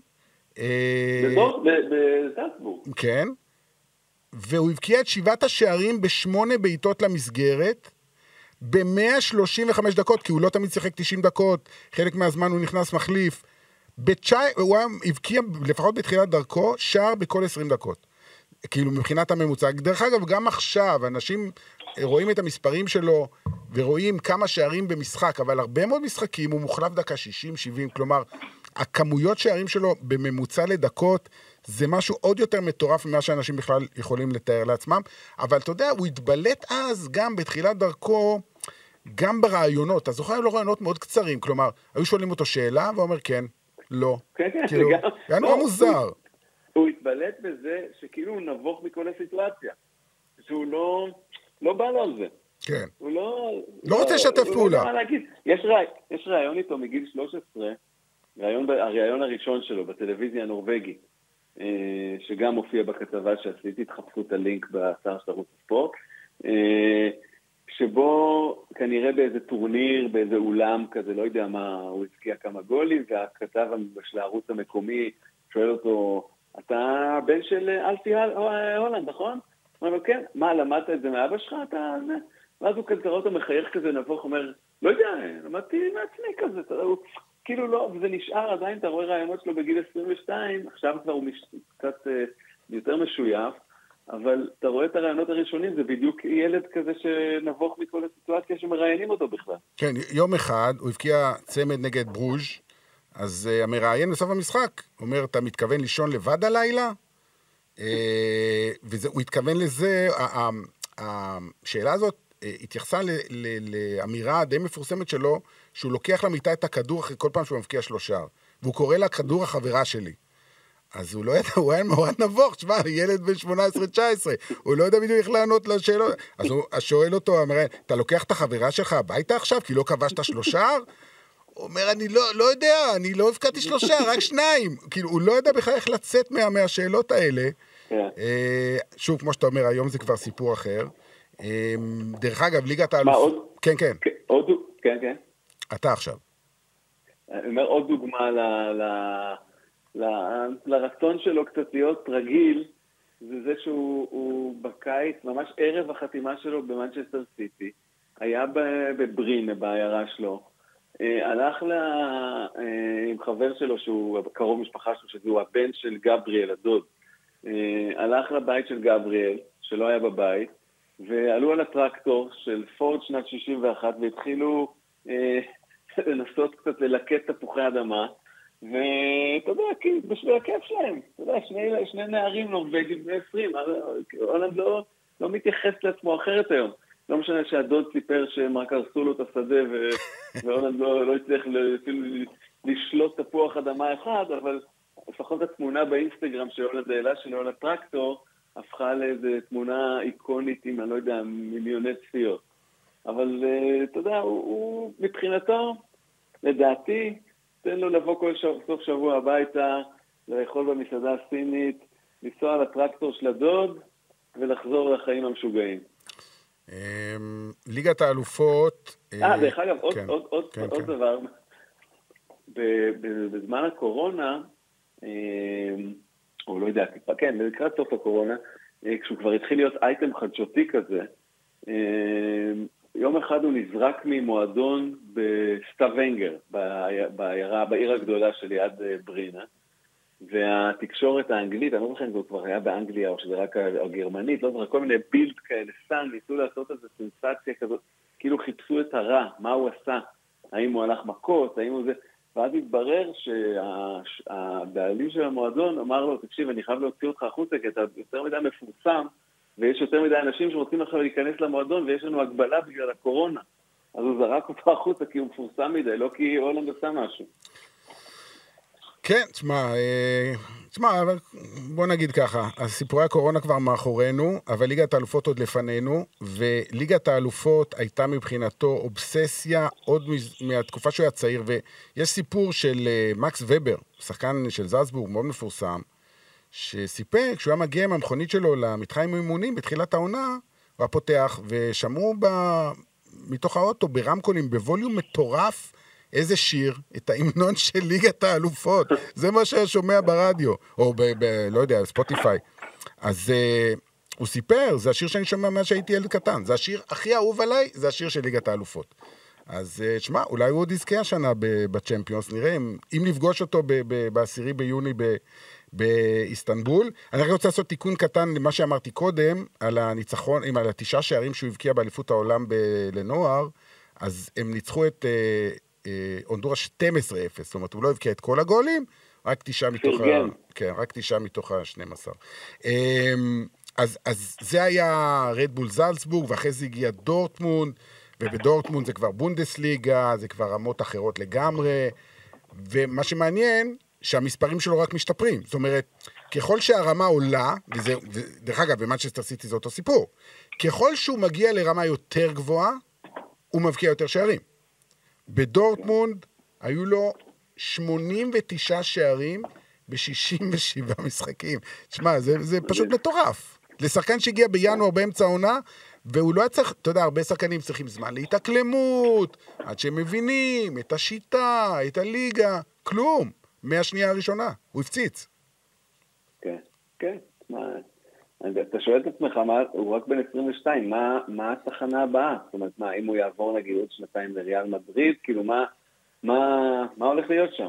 בזלצבורג. כן. והוא הבקיע את שבעת השערים בשמונה בעיטות למסגרת, ב-מאה שלושים וחמש דקות, כי הוא לא תמיד שיחק תשעים דקות, חלק מהזמן הוא נכנס מחליף. הוא הבקיע, לפחות בתחילת דרכו, שער בכל עשרים דקות. כאילו מבחינת הממוצע. דרך אגב, גם עכשיו, אנשים רואים את המספרים שלו, ורואים כמה שערים במשחק, אבל הרבה מאוד משחקים הוא מוחלף דקה שישים שבעים, כלומר, הכמויות שערים שלו בממוצע לדקות, זה משהו עוד יותר מטורף ממה שאנשים בכלל יכולים לתאר לעצמם, אבל אתה יודע, הוא התבלט אז גם בתחילת דרכו, גם ברעיונות, אז זוכר לו רעיונות מאוד קצרים, כלומר, היו שואלים אותו שאלה, והוא אומר כן, לא. כן, כן, כאילו, זה גם... היה נורא מוזר. הוא התבלט בזה שכאילו הוא נבוך מכל הסיטואציה, שהוא לא, לא בא לו על זה. כן. הוא לא... לא רוצה לשתף פעולה. יש רעיון, יש רעיון איתו מגיל שלוש עשרה, רעיון, הרעיון הראשון שלו בטלוויזיה הנורווגית, שגם מופיע בכתבה שעשיתי, תחפשו את הלינק באתר של ערוץ הספורט, שבו כנראה באיזה טורניר, באיזה אולם כזה, לא יודע מה, הוא הזכיע כמה גולים, והכתב של הערוץ המקומי שואל אותו, אתה בן של אלפי הולנד, נכון? הוא אומר לו, כן, מה, למדת את זה מאבא שלך? אתה זה? ואז הוא כזה אותו מחייך כזה נבוך, אומר, לא יודע, למדתי מעצמי כזה, אתה יודע, הוא כאילו לא, וזה נשאר עדיין, אתה רואה רעיונות שלו בגיל עשרים ושתיים, עכשיו כבר הוא מש... קצת אה, יותר משויף, אבל אתה רואה את הרעיונות הראשונים, זה בדיוק ילד כזה שנבוך מכל הסיטואציה שמראיינים אותו בכלל. כן, יום אחד הוא הבקיע צמד נגד ברוז', אז uh, המראיין בסוף המשחק אומר, אתה מתכוון לישון לבד הלילה? uh, והוא התכוון לזה, השאלה הזאת uh, התייחסה ל- ל- לאמירה די מפורסמת שלו, שהוא לוקח למיטה את הכדור אחרי כל פעם שהוא מבקיע שלושה, והוא קורא לה כדור החברה שלי. אז הוא לא ידע, הוא היה מאוד נבוך, שמה, ילד בן שמונה עשרה תשע עשרה, הוא לא יודע בדיוק איך לענות לשאלות, אז הוא שואל אותו, המראיין, אתה לוקח את החברה שלך הביתה עכשיו, כי לא כבשת שלושה? הוא אומר, אני לא, לא יודע, אני לא הבקעתי שלושה, רק שניים. כאילו, הוא לא יודע בכלל איך לצאת מה, מהשאלות האלה. Yeah. אה, שוב, כמו שאתה אומר, היום זה כבר סיפור אחר. אה, דרך אגב, ליגת האלוף... מה, עוד? כן, כן. כן, עוד, כן, כן. אתה עכשיו. אני אומר, עוד דוגמה ל, ל, ל, לרצון שלו קצת להיות רגיל, זה זה שהוא בקיץ, ממש ערב החתימה שלו במנצ'סטר סיטי, היה בברינה, בעיירה שלו, הלך לה, עם חבר שלו, שהוא קרוב משפחה שלו, שהוא הבן של גבריאל, הדוד, הלך לבית של גבריאל, שלא היה בבית, ועלו על הטרקטור של פורד שנת שישים ואחת, והתחילו לנסות קצת ללקט תפוחי אדמה, ואתה יודע, כי בשביל הכיף שלהם, אתה יודע, שני, שני נערים נורווגים בני עשרים, הולנד לא, לא מתייחס לעצמו אחרת היום. לא משנה שהדוד סיפר שהם רק הרסו לו את השדה, והולנד לא, לא הצליח אפילו לשלוט תפוח אדמה אחד, אבל לפחות התמונה באינסטגרם שהולנד העלה של הולנד טרקטור, הפכה לאיזו תמונה איקונית עם, אני לא יודע, מיליוני צפיות. אבל אתה יודע, הוא, הוא מבחינתו, לדעתי, תן לו לבוא כל סוף שבוע הביתה, לאכול במסעדה הסינית, לנסוע על הטרקטור של הדוד, ולחזור לחיים המשוגעים. ליגת האלופות... אה, דרך אגב, עוד דבר, בזמן הקורונה, או לא יודע, כן, לקראת סוף הקורונה, כשהוא כבר התחיל להיות אייטם חדשותי כזה, יום אחד הוא נזרק ממועדון בסטאוונגר, בעיר הגדולה של יד ברינה, והתקשורת האנגלית, אני לא זוכר אם זה כבר היה באנגליה או שזה רק הגרמנית, לא זוכר, כל מיני בילד כאלה, סתם ניסו לעשות איזו סנסציה כזאת, כאילו חיפשו את הרע, מה הוא עשה, האם הוא הלך מכות, האם הוא זה, ואז התברר שהבעלים של המועדון אמר לו, תקשיב, אני חייב להוציא אותך החוצה, כי אתה יותר מדי מפורסם, ויש יותר מדי אנשים שרוצים עכשיו להיכנס למועדון, ויש לנו הגבלה בגלל הקורונה. אז הוא זרק אותו החוצה כי הוא מפורסם מדי, לא כי הולנד עשה משהו. כן, תשמע, תשמע, בוא נגיד ככה, הסיפורי הקורונה כבר מאחורינו, אבל ליגת האלופות עוד לפנינו, וליגת האלופות הייתה מבחינתו אובססיה עוד מהתקופה שהוא היה צעיר, ויש סיפור של מקס ובר, שחקן של זלצבורג, מאוד מפורסם, שסיפק, כשהוא היה מגיע עם המכונית שלו למתחם אימונים בתחילת העונה, הוא היה פותח, ושמעו ב... מתוך האוטו ברמקולים, בווליום מטורף, איזה שיר, את ההמנון של ליגת האלופות. זה מה שהיה שומע ברדיו, או ב... ב לא יודע, ספוטיפיי. אז uh, הוא סיפר, זה השיר שאני שומע מה שהייתי ילד קטן, זה השיר הכי אהוב עליי, זה השיר של ליגת האלופות. אז uh, שמה, אולי הוא עוד יזכה השנה בצ'מפיונס, נראה אם, אם נפגוש אותו בעשירי ביוני ב... באיסטנבול. אני רק רוצה לעשות תיקון קטן למה שאמרתי קודם, על הניצחון, על התשעה שערים שהוא הבקיע באליפות העולם לנוער, אז הם ניצחו את הונדורס שתים עשרה אפס, זאת אומרת, הוא לא הבקיע את כל הגולים, רק תשעה מתוך ה... כן, רק תשעה מתוך ה-שנים עשר. אז, אז זה היה רדבול זלצבורג, ואחרי זה הגיע דורטמונד, ובדורטמונד זה כבר בונדסליגה, זה כבר רמות אחרות לגמרי, ומה שמעניין, שהמספרים שלו רק משתפרים. זאת אומרת, ככל שהרמה עולה, וזה, דרך אגב, במנצ'סטר סיטי זה אותו סיפור, ככל שהוא מגיע לרמה יותר גבוהה, הוא מבקיע יותר שערים. בדורטמונד היו לו שמונים ותשעה שערים ב-שישים ושבעה משחקים. תשמע, זה, זה פשוט מטורף. לשחקן שהגיע בינואר באמצע העונה, והוא לא צריך, אתה יודע, הרבה שחקנים צריכים זמן להתאקלמות, עד שהם מבינים את השיטה, את הליגה, כלום. מהשנייה הראשונה, הוא הפציץ. כן, כן. אתה שואל את עצמך, הוא רק בן עשרים ושתיים, מה התחנה הבאה? זאת אומרת, מה, אם הוא יעבור נגיד עוד שנתיים לריאל מדריד, כאילו מה הולך להיות שם?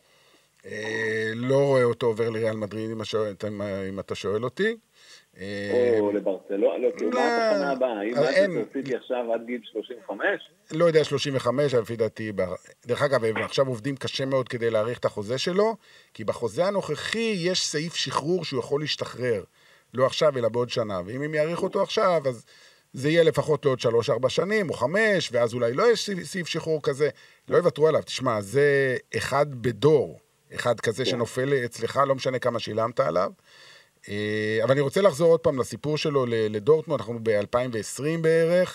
לא רואה אותו עובר לריאל מדריד, אם אתה שואל אותי. או לברצלונה, לא, כאילו, מה התחנה הבאה? אם מה שעשיתי עכשיו עד גיל שלושים וחמש? לא יודע, שלושים וחמש, לפי דעתי. דרך אגב, עכשיו עובדים קשה מאוד כדי להאריך את החוזה שלו, כי בחוזה הנוכחי יש סעיף שחרור שהוא יכול להשתחרר. לא עכשיו, אלא בעוד שנה. ואם הם יאריך אותו עכשיו, אז זה יהיה לפחות לעוד שלוש, ארבע שנים, או חמש, ואז אולי לא יש סעיף שחרור כזה. לא יוותרו עליו. תשמע, זה אחד בדור, אחד כזה שנופל אצלך, לא משנה כמה שילמת עליו. אבל אני רוצה לחזור עוד פעם לסיפור שלו לדורטמונד, אנחנו ב-אלפיים ועשרים בערך,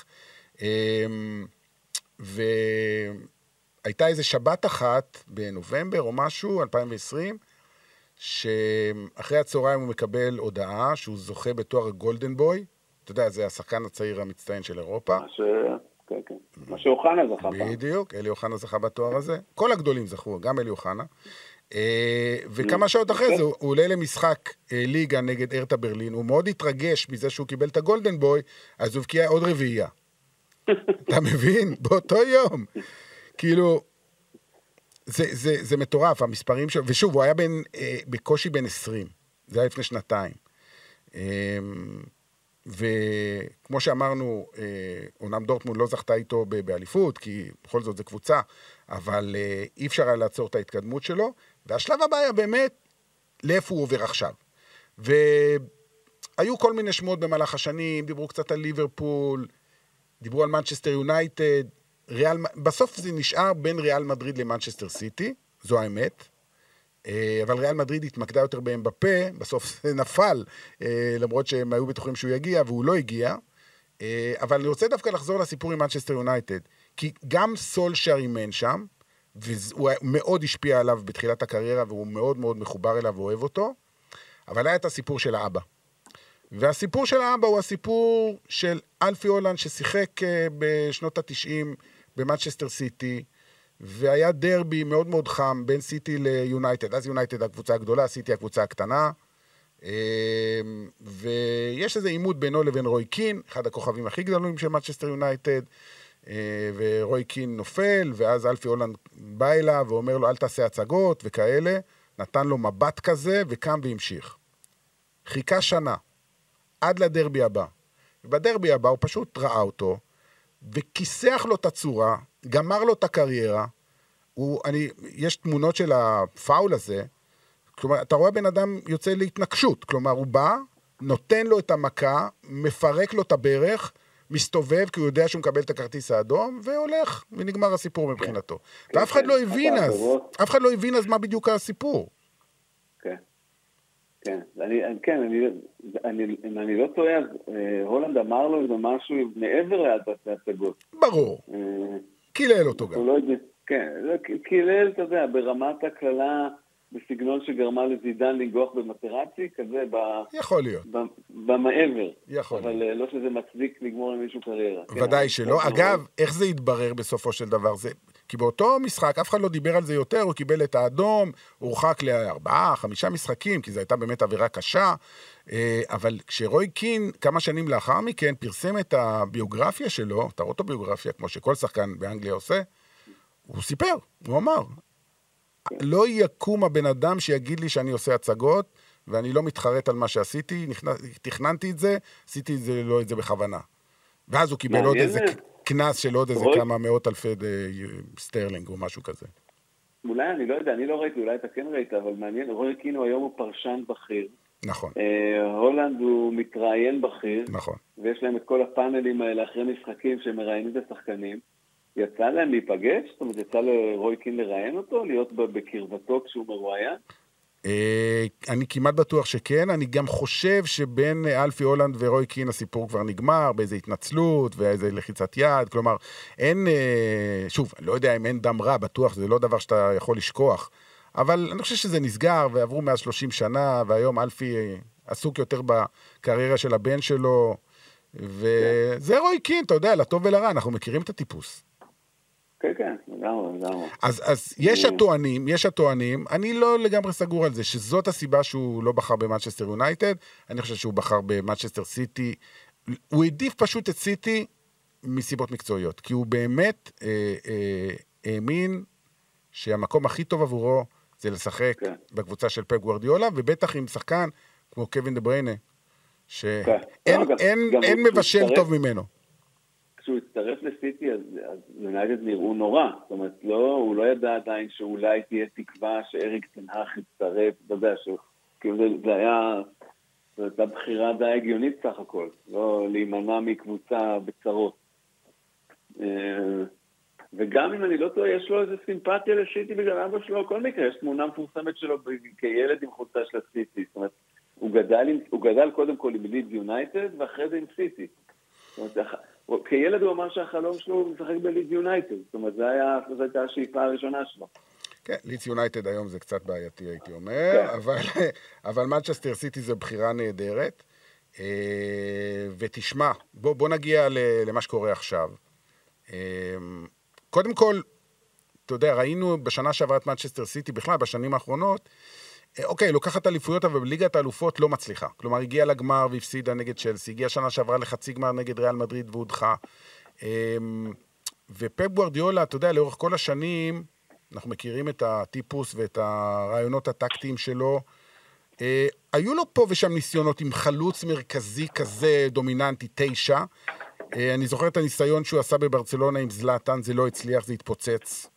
והייתה איזה שבת אחת בנובמבר או משהו, אלפיים ועשרים, שאחרי הצהריים הוא מקבל הודעה שהוא זוכה בתואר גולדן בוי, אתה יודע, זה השחקן הצעיר המצטיין של אירופה. מה ש... כן, כן. מה שאוחנה זכה. בדיוק, אלי אוחנה זכה בתואר הזה. כל הגדולים זכו, גם אלי אוחנה. וכמה שעות אחרי זה הוא עולה למשחק ליגה נגד הרטה ברלין, הוא מאוד התרגש מזה שהוא קיבל את הגולדן בוי, אז הוא הבקיע עוד רביעייה. אתה מבין? באותו יום. כאילו, זה, זה, זה מטורף, המספרים שלו, ושוב, הוא היה בין, בקושי בין עשרים, זה היה לפני שנתיים. וכמו שאמרנו, אומנם דורטמונד לא זכתה איתו באליפות, כי בכל זאת זה קבוצה, אבל אי אפשר היה לעצור את ההתקדמות שלו, והשלב הבא היה באמת לאיפה הוא עובר עכשיו. והיו כל מיני שמות במהלך השנים, דיברו קצת על ליברפול, דיברו על מנצ'סטר יונייטד, ריאל, בסוף זה נשאר בין ריאל מדריד למנצ'סטר סיטי, זו האמת, אבל ריאל מדריד התמקדה יותר באמבפה, בסוף זה נפל, למרות שהם היו בטוחים שהוא יגיע, והוא לא הגיע, אבל אני רוצה דווקא לחזור לסיפור עם מנצ'סטר יונייטד, כי גם סולשר אימן שם, והוא מאוד השפיע עליו בתחילת הקריירה, והוא מאוד מאוד מחובר אליו ואוהב אותו, אבל היה את הסיפור של האבא. והסיפור של האבא הוא הסיפור של אלפי הולנד, ששיחק בשנות ה-תשעים במנצ'סטר סיטי, והיה דרבי מאוד מאוד חם בין סיטי ליונייטד. אז יונייטד הקבוצה הגדולה, סיטי הקבוצה הקטנה, ויש איזה עימות בינו לבין רוי קין, אחד הכוכבים הכי גדולים של מנצ'סטר יונייטד, ורוי קין נופל, ואז אלפי הולנד בא אליו ואומר לו, אל תעשה הצגות וכאלה, נתן לו מבט כזה וקם והמשיך. חיכה שנה, עד לדרבי הבא. ובדרבי הבא הוא פשוט ראה אותו, וכיסח לו את הצורה, גמר לו את הקריירה, הוא, אני, יש תמונות של הפאול הזה, כלומר, אתה רואה בן אדם יוצא להתנקשות, כלומר, הוא בא, נותן לו את המכה, מפרק לו את הברך, מסתובב, כי הוא יודע שהוא מקבל את הכרטיס האדום, והולך, ונגמר הסיפור מבחינתו. ואף אחד לא הבין אז, אף אחד לא הבין אז מה בדיוק הסיפור. כן, כן, כן, אם אני לא טועה, הולנד אמר לו איזה משהו מעבר להצגות. ברור, קילל אותו גם. כן, קילל, אתה יודע, ברמת הכללה, בסגנון שגרמה לזידן לנגוח במטרצי, כזה ב... יכול להיות. במעבר. יכול אבל להיות. לא שזה מצדיק לגמור למישהו קריירה. ודאי שלא. אגב, איך זה יתברר בסופו של דבר? זה... כי באותו משחק, אף אחד לא דיבר על זה יותר, הוא קיבל את האדום, הוא הורחק לארבעה, חמישה משחקים, כי זו הייתה באמת עבירה קשה, אבל כשרוי קין, כמה שנים לאחר מכן, פרסם את הביוגרפיה שלו, את האוטוביוגרפיה, כמו שכל שחקן באנגליה עושה, הוא סיפר, הוא אמר, לא יקום הבן אדם שיגיד לי שאני עושה הצגות, ואני לא מתחרט על מה שעשיתי, תכננתי את זה, עשיתי את זה, לא את זה בכוונה. ואז הוא קיבל עוד איזה כנס של עוד איזה כמה מאות אלפי סטרלינג או משהו כזה. אולי, אני לא יודע, אני לא ראיתי, אולי אתה כן ראית, אבל מעניין, רוי קין היום הוא פרשן בכיר. נכון. הולנד הוא מתראיין בכיר. נכון. ויש להם את כל הפאנלים האלה אחרי משחקים שמראיינים את השחקנים. יצא להם להיפגש? זאת אומרת, יצא לרוי קין לראיין אותו? להיות בקרבתו כשהוא מרואיין? אני כמעט בטוח שכן. אני גם חושב שבין אלפי הולנד ורוי קין הסיפור כבר נגמר, באיזו התנצלות ואיזו לחיצת יד. כלומר, אין, שוב, אני לא יודע אם אין דם רע, בטוח, זה לא דבר שאתה יכול לשכוח. אבל אני חושב שזה נסגר, ועברו מאז שלושים שנה, והיום אלפי עסוק יותר בקריירה של הבן שלו, וזה רוי קין, אתה יודע, לטוב ולרע, אנחנו מכירים את הטיפוס. כן, כן, לגמרי, לגמרי. אז, אז יש הטוענים, יש הטוענים, אני לא לגמרי סגור על זה, שזאת הסיבה שהוא לא בחר במנצ'סטר יונייטד, אני חושב שהוא בחר במנצ'סטר סיטי, הוא העדיף פשוט את סיטי מסיבות מקצועיות, כי הוא באמת אה, אה, האמין שהמקום הכי טוב עבורו זה לשחק כן. בקבוצה של פפ גוארדיולה, ובטח עם שחקן כמו קווין דה בריינה, שאין כן. אין, אין, אין מבשל שתרף, טוב ממנו. כשהוא הצטרף לסיטי, אז, אז יונייטד נראו נורא. זאת אומרת, לא, הוא לא ידע עדיין שאולי תהיה תקווה שאריק תן האג יצטרף, אתה יודע, כאילו זה, זה היה, זו הייתה בחירה די הגיונית סך הכל, לא להימנע מקבוצה בצרות. וגם אם אני לא טועה, יש לו איזה סימפתיה לסיטי בגלל אבא שלו, כל מקרה, יש תמונה מפורסמת שלו כילד עם חולצה של הסיטי, זאת אומרת, הוא גדל, הוא גדל קודם כל עם לידס יונייטד, ואחרי זה עם סיטי. זאת אומרת, כילד הוא אמר שהחלום שלו הוא משחק בלידס יונייטד, זאת אומרת, זו הייתה השאיפה הראשונה שלו. כן, לידס יונייטד היום זה קצת בעייתי, הייתי אומר, אבל, אבל מנצ'סטר סיטי זה בחירה נהדרת, ותשמע, בוא, בוא נגיע למה שקורה עכשיו. קודם כל, אתה יודע, ראינו בשנה שעברה את מנצ'סטר סיטי, בכלל בשנים האחרונות, אוקיי, לוקחת אליפויות, אבל בליגת האלופות לא מצליחה. כלומר, הגיעה לגמר והפסידה נגד צ'לסי, הגיעה שנה שעברה לחצי גמר נגד ריאל מדריד והודחה. ופפ גוארדיולה, אתה יודע, לאורך כל השנים, אנחנו מכירים את הטיפוס ואת הרעיונות הטקטיים שלו. היו לו פה ושם ניסיונות עם חלוץ מרכזי כזה דומיננטי, תשע. אני זוכר את הניסיון שהוא עשה בברצלונה עם זלאטן, זה לא הצליח, זה התפוצץ.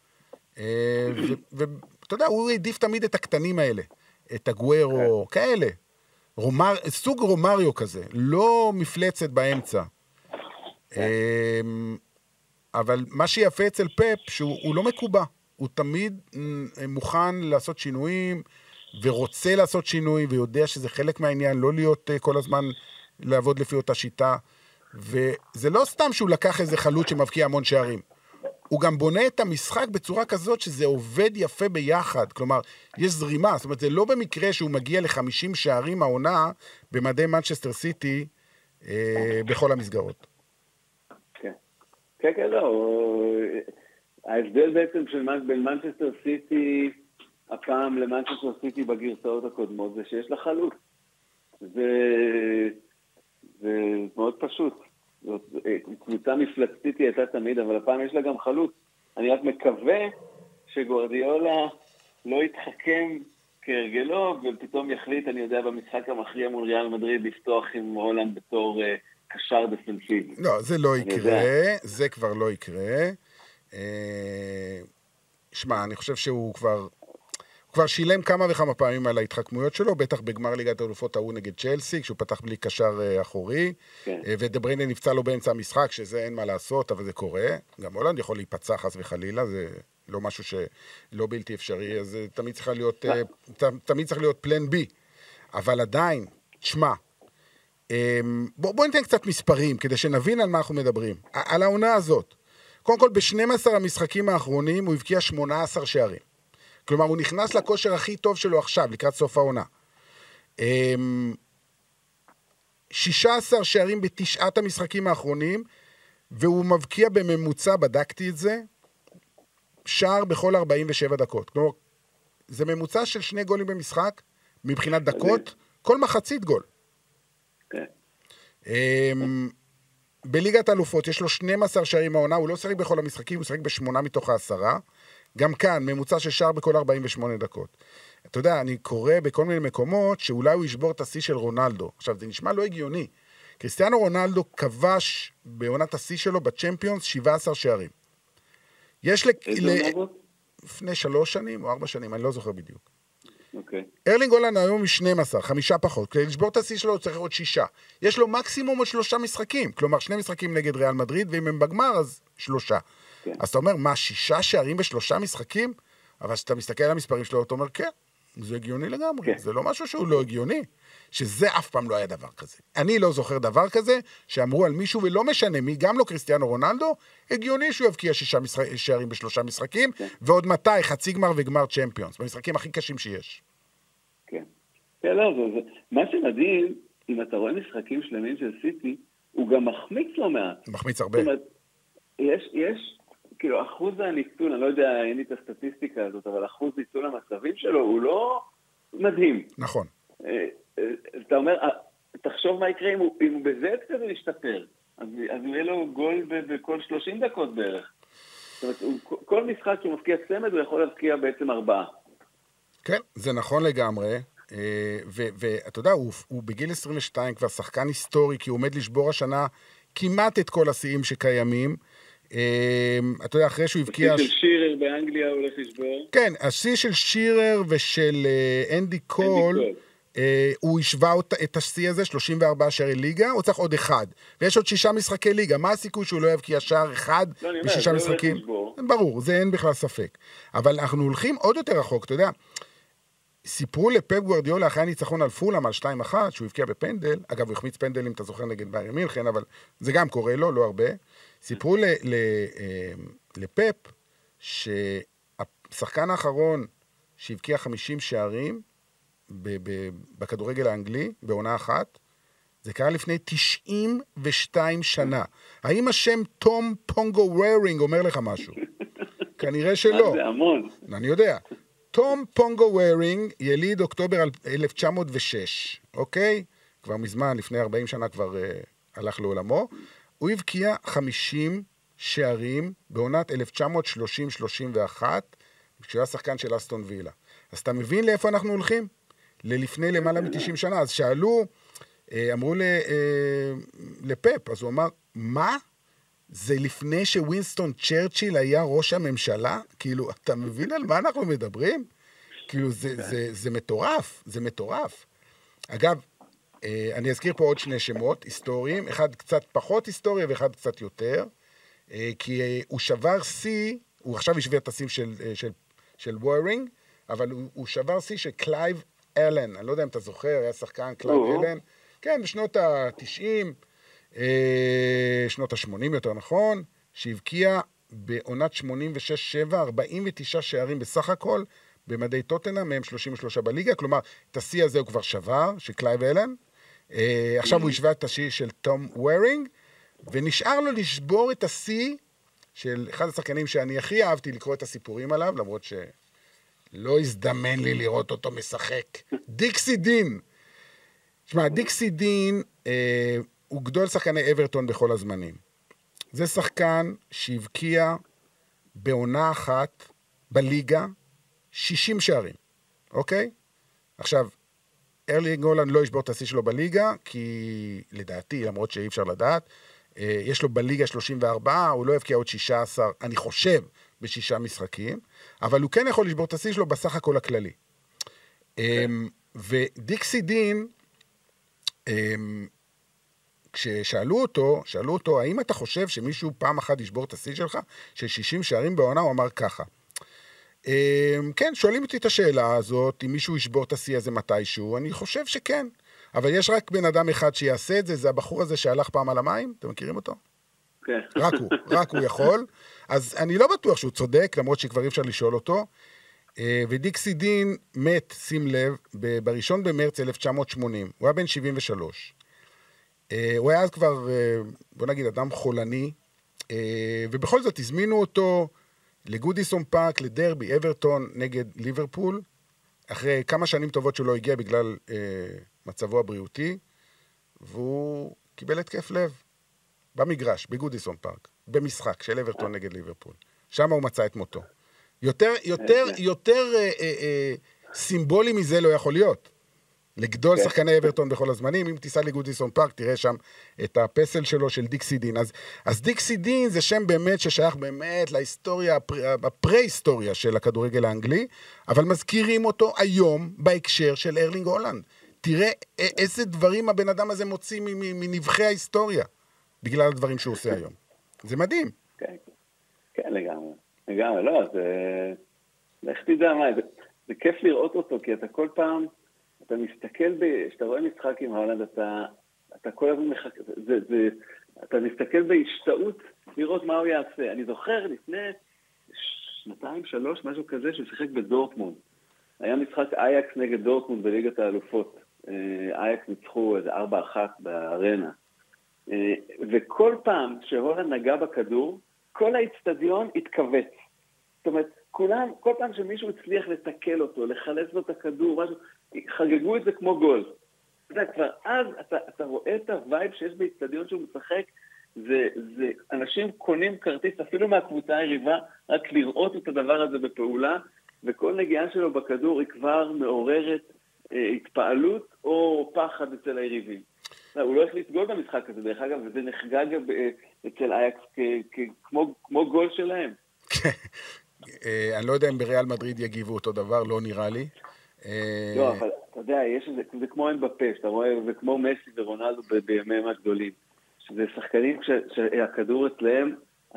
ואתה יודע, הוא העדיף תמיד את הקטנים האלה, את הגוארו, כאלה. סוג רומריו כזה, לא מפלצת באמצע. אבל מה שיפה אצל פפ, שהוא לא מקובע. הוא תמיד מוכן לעשות שינויים, ורוצה לעשות שינויים, ויודע שזה חלק מהעניין, לא להיות כל הזמן לעבוד לפי אותה שיטה. וזה לא סתם שהוא לקח איזה חלוץ שמבקיע המון שערים. הוא גם בונה את המשחק בצורה כזאת שזה עובד יפה ביחד. כלומר, יש זרימה. זאת אומרת, זה לא במקרה שהוא מגיע ל-חמישים שערים העונה במדי מנצ'סטר סיטי אה, בכל המסגרות. כן. כן, כן, לא. ההבדל בעצם של בין מנצ'סטר סיטי הפעם למנצ'סטר סיטי בגרסאות הקודמות זה שיש לה חלוץ. זה, זה מאוד פשוט. זאת קבוצה מפלצתית היא הייתה תמיד, אבל הפעם יש לה גם חלוץ. אני רק מקווה שגוארדיולה לא יתחכם כהרגלו, ופתאום יחליט, אני יודע, במשחק המכריע מול ריאל מדריד, לפתוח עם הולנד בתור uh, קשר דפנסיבי. לא, זה לא יקרה, זה כבר לא יקרה. שמע, אני חושב שהוא כבר... הוא כבר שילם כמה וכמה פעמים על ההתחכמויות שלו, בטח בגמר ליגת האלופות ההוא נגד צ'לסי, כשהוא פתח בלי קשר אחורי, כן. ודבריינה נפצע לו באמצע המשחק, שזה אין מה לעשות, אבל זה קורה. גם הולנד יכול להיפצע חס וחלילה, זה לא משהו שלא בלתי אפשרי, אז תמיד צריך להיות, תמיד צריך להיות פלן בי. אבל עדיין, תשמע, בוא, בוא ניתן קצת מספרים, כדי שנבין על מה אנחנו מדברים. על העונה הזאת. קודם כל, ב-שנים עשר המשחקים האחרונים, הוא הבקיע שמונה עשר שערים. כלומר, הוא נכנס לכושר הכי טוב שלו עכשיו, לקראת סוף העונה. שישה עשר שערים בתשעת המשחקים האחרונים, והוא מבקיע בממוצע, בדקתי את זה, שער בכל ארבעים ושבע דקות. כלומר, זה ממוצע של שני גולים במשחק, מבחינת דקות, כל מחצית גול. כן. בליגת האלופות יש לו שנים עשר שערים העונה, הוא לא שחק בכל המשחקים, הוא שחק בשמונה מתוך העשרה. גם כאן, ממוצע של שער בכל ארבעים ושמונה דקות. אתה יודע, אני קורא בכל מיני מקומות שאולי הוא ישבור את השיא של רונלדו. עכשיו, זה נשמע לא הגיוני. קריסטיאנו רונלדו כבש בעונת השיא שלו בצ'מפיונס שבעה עשר שערים. יש ל... לפני שלוש שנים או ארבע שנים, אני לא זוכר בדיוק. אוקיי. ארלינג הולנד היום מ-שנים עשר, חמישה פחות. כדי לשבור את השיא שלו הוא צריך עוד שישה. יש לו מקסימום עוד שלושה משחקים. כלומר, שני משחקים נגד ריאל מדריד, ואם הם בגמר, אז שלושה. כן. אז אתה אומר, מה, שישה שערים בשלושה משחקים? אבל כשאתה מסתכל על המספרים שלו, אתה אומר, כן, זה הגיוני לגמרי. כן. זה לא משהו שהוא לא הגיוני. שזה אף פעם לא היה דבר כזה. אני לא זוכר דבר כזה, שאמרו על מישהו, ולא משנה מי, גם לא קריסטיאנו רונלדו, הגיוני שהוא יבקיע שישה משח... שערים בשלושה משחקים, כן. ועוד מתי, חצי גמר וגמר צ'מפיונס, במשחקים הכי קשים שיש. כן. כן, לא, זה, זה... מה שמדהים, אם אתה רואה משחקים שלמים של סיטי, הוא גם מחמיץ לא מעט. מחמיץ הרבה. זאת אומרת, יש, יש, כאילו, אחוז הניצול, אני לא יודע, אין לי את הסטטיסטיקה הזאת, אבל אחוז ניצול המצבים שלו, הוא לא מדהים. נכון. אתה אומר, תחשוב מה יקרה אם הוא, אם הוא בזה קצת הוא ישתפר. אז, אז יהיה לו גול בכל שלושים דקות בערך. זאת אומרת, הוא, כל משחק שהוא מפקיע צמד, הוא יכול להפקיע בעצם ארבעה. כן, זה נכון לגמרי. ואתה יודע, הוא, הוא בגיל עשרים ושתיים כבר שחקן היסטורי, כי הוא עומד לשבור השנה כמעט את כל השיאים שקיימים. אתה יודע, אחרי שהוא הבקיע... השיא של שירר באנגליה הוא הולך לשבור. כן, השיא של שירר ושל אנדי קול, הוא השווה את השיא הזה, שלושים וארבעה שערי ליגה, הוא צריך עוד אחד. ויש עוד שישה משחקי ליגה. מה הסיכוי שהוא לא יבקיע שער אחד בשישה משחקים? ברור, זה אין בכלל ספק. אבל אנחנו הולכים עוד יותר רחוק, אתה יודע. סיפרו לפפ גוארדיולה אחרי הניצחון על פולהאם על שתיים אחת, שהוא הבקיע בפנדל, אגב, הוא החמיץ פנדל אם אתה זוכר נגד ביירן מינכן, אבל זה גם קורה לו, לא הרבה. סיפרו ל, ל, לפפ שהשחקן האחרון שהבקיע חמישים שערים ב, ב, בכדורגל האנגלי, בעונה אחת, זה קרה לפני תשעים ושתיים שנה. האם השם תום פונגו ווירינג אומר לך משהו? כנראה שלא. זה המון. אני יודע. תום פונגו ווירינג, יליד אוקטובר אלף תשע מאות ושש, אוקיי? כבר מזמן, לפני ארבעים שנה כבר uh, הלך לעולמו. הוא הבקיע חמישים שערים בעונת אלף תשע מאות שלושים שלושים ואחת, כשהוא היה שחקן של אסטון וילה. אז אתה מבין לאיפה אנחנו הולכים? ללפני למעלה מ-תשעים שנה. אז שאלו, אמרו לפפ, אז הוא אמר, מה? זה לפני שווינסטון צ'רצ'יל היה ראש הממשלה? כאילו, אתה מבין על מה אנחנו מדברים? כאילו, זה, זה, זה מטורף, זה מטורף. אגב, אני אזכיר פה עוד שני שמות היסטוריים, אחד קצת פחות היסטוריה ואחד קצת יותר, כי הוא שבר שיא, הוא עכשיו השווה את השיא של, של, של וורינג, אבל הוא, הוא שבר שיא של קלייב אלן, אני לא יודע אם אתה זוכר, היה שחקן קלייב אלן, כן, בשנות ה-תשעים, שנות ה-שמונים יותר נכון, שהבקיע בעונת שמונים ושש שבע, ארבעים ותשעה שערים בסך הכל, במדי טוטנהאם, מהם שלושים ושלושה בליגה, כלומר, את השיא הזה הוא כבר שבר, של קלייב אלן, עכשיו הוא השווה את השיא של תום וורינג, ונשאר לו לשבור את השיא של אחד השחקנים שאני הכי אהבתי לקרוא את הסיפורים עליו, למרות שלא הזדמן לי לראות אותו משחק. דיקסי דין. תשמע, דיקסי דין אה, הוא גדול שחקני אברטון בכל הזמנים. זה שחקן שהבקיע בעונה אחת בליגה שישים שערים, אוקיי? עכשיו, ארלינג הולנד לא ישבור את השיא שלו בליגה, כי לדעתי, למרות שאי אפשר לדעת, יש לו בליגה שלושים וארבע, הוא לא הבקיע עוד שישה עשר, אני חושב, בשישה משחקים, אבל הוא כן יכול לשבור את השיא שלו בסך הכל הכללי. Okay. ודיקסי דין, כששאלו אותו, שאלו אותו, האם אתה חושב שמישהו פעם אחת ישבור את השיא שלך, של שישים שערים בעונה, הוא אמר ככה. כן, שואלים אותי את השאלה הזאת, אם מישהו ישבור את השיא הזה מתישהו, אני חושב שכן. אבל יש רק בן אדם אחד שיעשה את זה, זה הבחור הזה שהלך פעם על המים, אתם מכירים אותו? כן. רק הוא, רק הוא יכול. אז אני לא בטוח שהוא צודק, למרות שכבר אי אפשר לשאול אותו. ודיקסי דין מת, שים לב, בראשון במרץ אלף תשע מאות שמונים. הוא היה בן שבעים ושלוש. הוא היה אז כבר, בוא נגיד, אדם חולני, ובכל זאת הזמינו אותו לגודיסון פארק, לדרבי, אברטון נגד ליברפול, אחרי כמה שנים טובות שהוא לא הגיע בגלל אה, מצבו הבריאותי, והוא קיבל התקף לב במגרש, בגודיסון פארק, במשחק של אברטון נגד ליברפול. שם הוא מצא את מותו. יותר, יותר, יותר אה, אה, אה, סימבולי מזה לא יכול להיות. לגדול okay. שחקני אברטון בכל הזמנים, אם תיסע לגודיסון פארק, תראה שם את הפסל שלו של דיקסי דין. אז, אז דיקסי דין זה שם באמת ששייך באמת להיסטוריה, הפרה-היסטוריה של הכדורגל האנגלי, אבל מזכירים אותו היום בהקשר של ארלינג הולנד. תראה איזה דברים הבן אדם הזה מוציא מנבחי ההיסטוריה, בגלל הדברים שהוא עושה היום. זה מדהים. כן, כן, לגמרי. לגמרי, לא, זה... איך תדע מה, זה, זה כיף לראות אותו, כי אתה כל פעם... אתה מסתכל, כשאתה רואה משחק עם הולנד, אתה, אתה כל הזמן מחכה, זה, זה, אתה מסתכל בהשתאות לראות מה הוא יעשה. אני זוכר לפני שנתיים, שלוש, משהו כזה, שהוא שיחק בדורטמונד. היה משחק אייקס נגד דורטמונד בליגת האלופות. אייקס ניצחו איזה ארבע אחת בארנה. וכל פעם שהולנד נגע בכדור, כל האצטדיון התכווץ. זאת אומרת, כולם, כל פעם שמישהו הצליח לתקל אותו, לחלץ לו את הכדור, משהו, חגגו את זה כמו גול. אתה יודע, כבר אז אתה, אתה רואה את הווייב שיש באצטדיון שהוא משחק, זה, זה, אנשים קונים כרטיס אפילו מהקבוצה היריבה, רק לראות את הדבר הזה בפעולה, וכל נגיעה שלו בכדור היא כבר מעוררת אה, התפעלות או פחד אצל היריבים. הוא לא החליט גול במשחק הזה, דרך אגב, וזה נחגג אצל אייקס כמו, כמו גול שלהם. אני לא יודע אם בריאל מדריד יגיבו אותו דבר, לא נראה לי. לא, אבל אתה יודע, זה כמו אין בפה, שאתה רואה, זה כמו מסי ורונלדו בימיהם הגדולים. שזה שחקנים שהכדור אצלהם,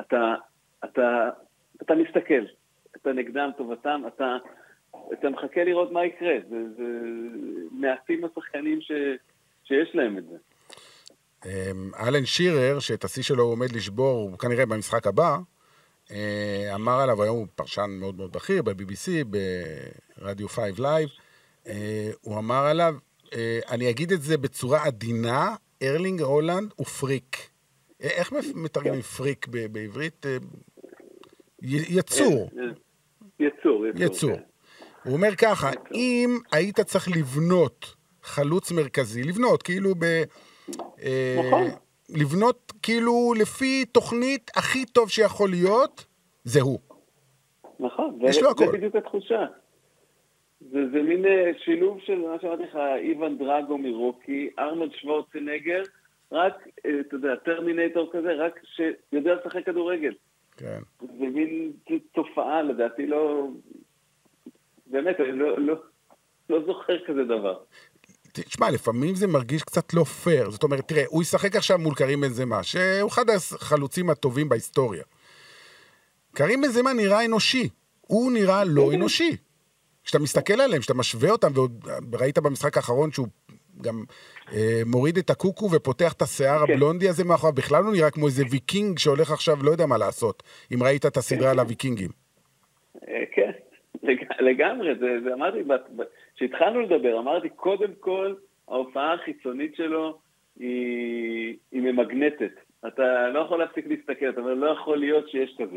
אתה מסתכל, אתה נגדם, טובתם, אתה מחכה לראות מה יקרה. זה מעטים השחקנים שיש להם את זה. אלן שירר, שאת השיא שלו הוא עומד לשבור, כנראה במשחק הבא, אמר עליו, היום הוא פרשן מאוד מאוד בכיר, ב-בי בי סי, ברדיו פייב לייב, הוא אמר עליו, אני אגיד את זה בצורה עדינה, ארלינג הולנד הוא פריק. איך מתרגמים פריק בעברית? יצור. יצור, יצור. הוא אומר ככה, אם היית צריך לבנות חלוץ מרכזי, לבנות כאילו ב... נכון. לבנות כאילו לפי תוכנית הכי טוב שיכול להיות, זה הוא. נכון, יש לו הכל. זה בדיוק התחושה. זה, זה מין שילוב של מה שאמרתי לך, איוון דרגו מרוקי, ארנולד שוורצנגר, רק, אתה יודע, טרמינטור כזה, רק שיודע לשחק כדורגל. כן. זה מין תופעה, לדעתי לא... באמת, אני לא, לא, לא זוכר כזה דבר. תשמע, לפעמים זה מרגיש קצת לא פייר. זאת אומרת, תראה, הוא ישחק עכשיו מול קרים בנזמה, שהוא אחד החלוצים הטובים בהיסטוריה. קרים בנזמה נראה אנושי. הוא נראה לא אנושי. כשאתה מסתכל עליהם, כשאתה משווה אותם, וראית במשחק האחרון שהוא גם אה, מוריד את הקוקו ופותח את השיער הבלונדי הזה מאחוריו, בכלל הוא נראה כמו איזה ויקינג שהולך עכשיו, לא יודע מה לעשות, אם ראית את הסדרה על הוויקינגים. כן, לגמרי, זה, זה אמרתי, כשהתחלנו לדבר, אמרתי, קודם כל, ההופעה החיצונית שלו היא, היא ממגנטת. אתה לא יכול להפסיק להסתכל, אתה אומר, לא יכול להיות שיש כזה.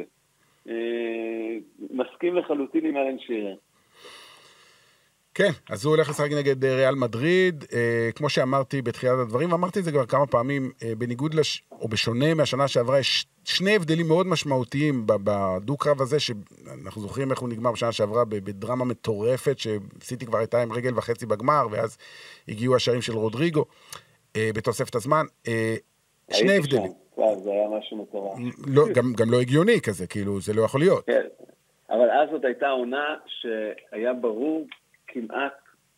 אה, מסכים לחלוטין עם אלן שירר. כן, אז הוא הולך לשחק נגד ריאל מדריד, אה, כמו שאמרתי בתחילת הדברים, ואמרתי את זה כבר כמה פעמים, אה, בניגוד לש... או בשונה מהשנה שעברה, יש שני הבדלים מאוד משמעותיים בדו-קרב הזה, שאנחנו זוכרים איך הוא נגמר בשנה שעברה, בדרמה מטורפת, שסיטי כבר הייתה עם רגל וחצי בגמר, ואז הגיעו השערים של רודריגו, אה, בתוספת הזמן. אה, שני הבדלים. זה היה משהו מטורף. לא, גם, גם לא הגיוני כזה, כאילו, זה לא יכול להיות. כן, אבל אז זאת הייתה עונה שהיה ברור, כמעט,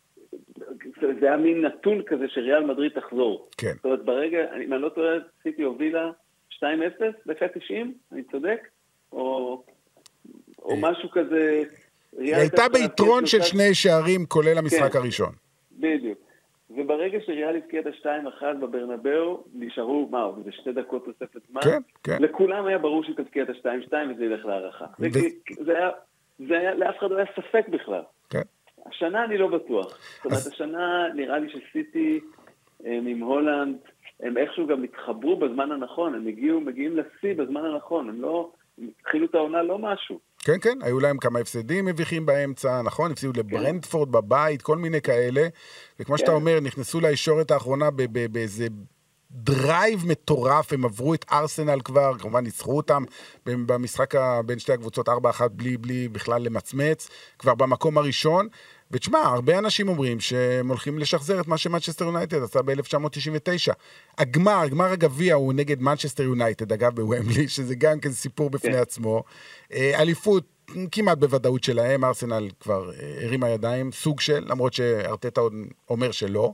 זה היה מין נתון כזה שריאל מדריד תחזור. כן. זאת אומרת, ברגע, אם אני לא טועה, סיטי הובילה שתיים אפס, דקה תשעים, אני צודק? או, או משהו כזה... היא הייתה ביתרון של שני שערים, כולל המשחק הראשון. בדיוק. וברגע שריאל הבקיע את ה-שתיים אחת בברנבאו, נשארו, מה, זה שתי דקות תוספת זמן? כן, כן. לכולם היה ברור שהיא תבקיע את ה-שתיים שתיים וזה ילך להערכה. זה היה, זה היה, לאף אחד לא היה ספק בכלל. כן. השנה אני לא בטוח. זאת אומרת, השנה נראה לי שסיטי עם הולנד, הם איכשהו גם התחברו בזמן הנכון, הם הגיעו, מגיעים לשיא בזמן הנכון, הם לא, התחילו את העונה לא משהו. כן, כן, היו להם כמה הפסדים מביכים באמצע, נכון? הפסידו לברנדפורד בבית, כל מיני כאלה, וכמו שאתה אומר, נכנסו לישורת האחרונה באיזה דרייב מטורף, הם עברו את ארסנל כבר, כמובן ניצחו אותם במשחק בין שתי הקבוצות ארבע אחת בלי, בלי בכלל למצמץ, כבר במקום הראשון, ותשמע, הרבה אנשים אומרים שהם הולכים לשחזר את מה שמנצ'סטר יונייטד עשה ב-אלף תשע מאות תשעים ותשע. הגמר, גמר הגביע הוא נגד מנצ'סטר יונייטד, אגב בוומבלי, שזה גם כזה סיפור בפני עצמו. אליפות כמעט בוודאות שלהם, ארסנל כבר הרימה ידיים, סוג של, למרות שארטטה אומר שלא.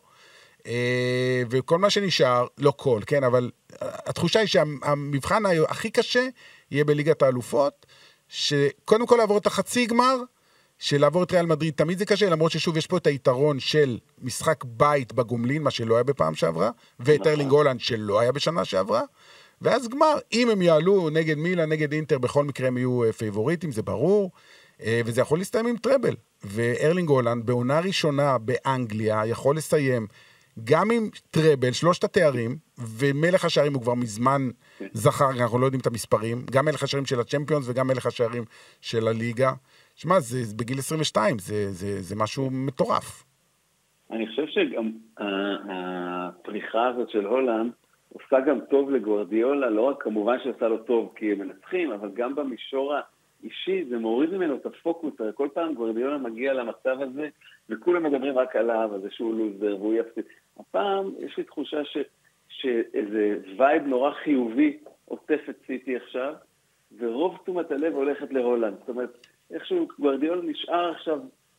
וכל מה שנשאר, לא כל, כן, אבל התחושה היא שהמבחן הכי קשה יהיה בליגת האלופות, שקודם כל לעבור את החצי גמר, שלעבור את ריאל מדריד תמיד זה קשה, למרות ששוב יש פה את היתרון של משחק בית בגומלין, מה שלא היה בפעם שעברה, ואת ארלינג הולנד שלא היה בשנה שעברה, ואז גמר, אם הם יעלו נגד מילה, נגד אינטר, בכל מקרה הם יהיו פייבוריטים, זה ברור, וזה יכול להסתיים עם טראבל, וארלינג הולנד בעונה ראשונה באנגליה יכול לסיים גם עם טראבל, שלושת התארים, ומלך השערים הוא כבר מזמן זכר, אנחנו לא יודעים את המספרים, גם מלך השערים של הצ'מפיונס וגם מלך השערים של הליגה. שמע, זה בגיל עשרים ושתיים, זה, זה, זה משהו מטורף. אני חושב שגם הפריחה הזאת של הולנד עושה גם טוב לגוארדיולה, לא רק כמובן שעושה לו טוב כי הם מנצחים, אבל גם במישור האישי, זה מוריד ממנו את הפוקוס, כל פעם גוארדיולה מגיע למצב הזה, וכולם מדברים רק עליו, על זה שהוא לוזר, והוא יפסיד. הפעם יש לי תחושה ש, שאיזה וייב נורא חיובי עוטף את סיטי עכשיו, ורוב תשומת הלב הולכת להולנד. זאת אומרת, איכשהו גוארדיולה נשאר עכשיו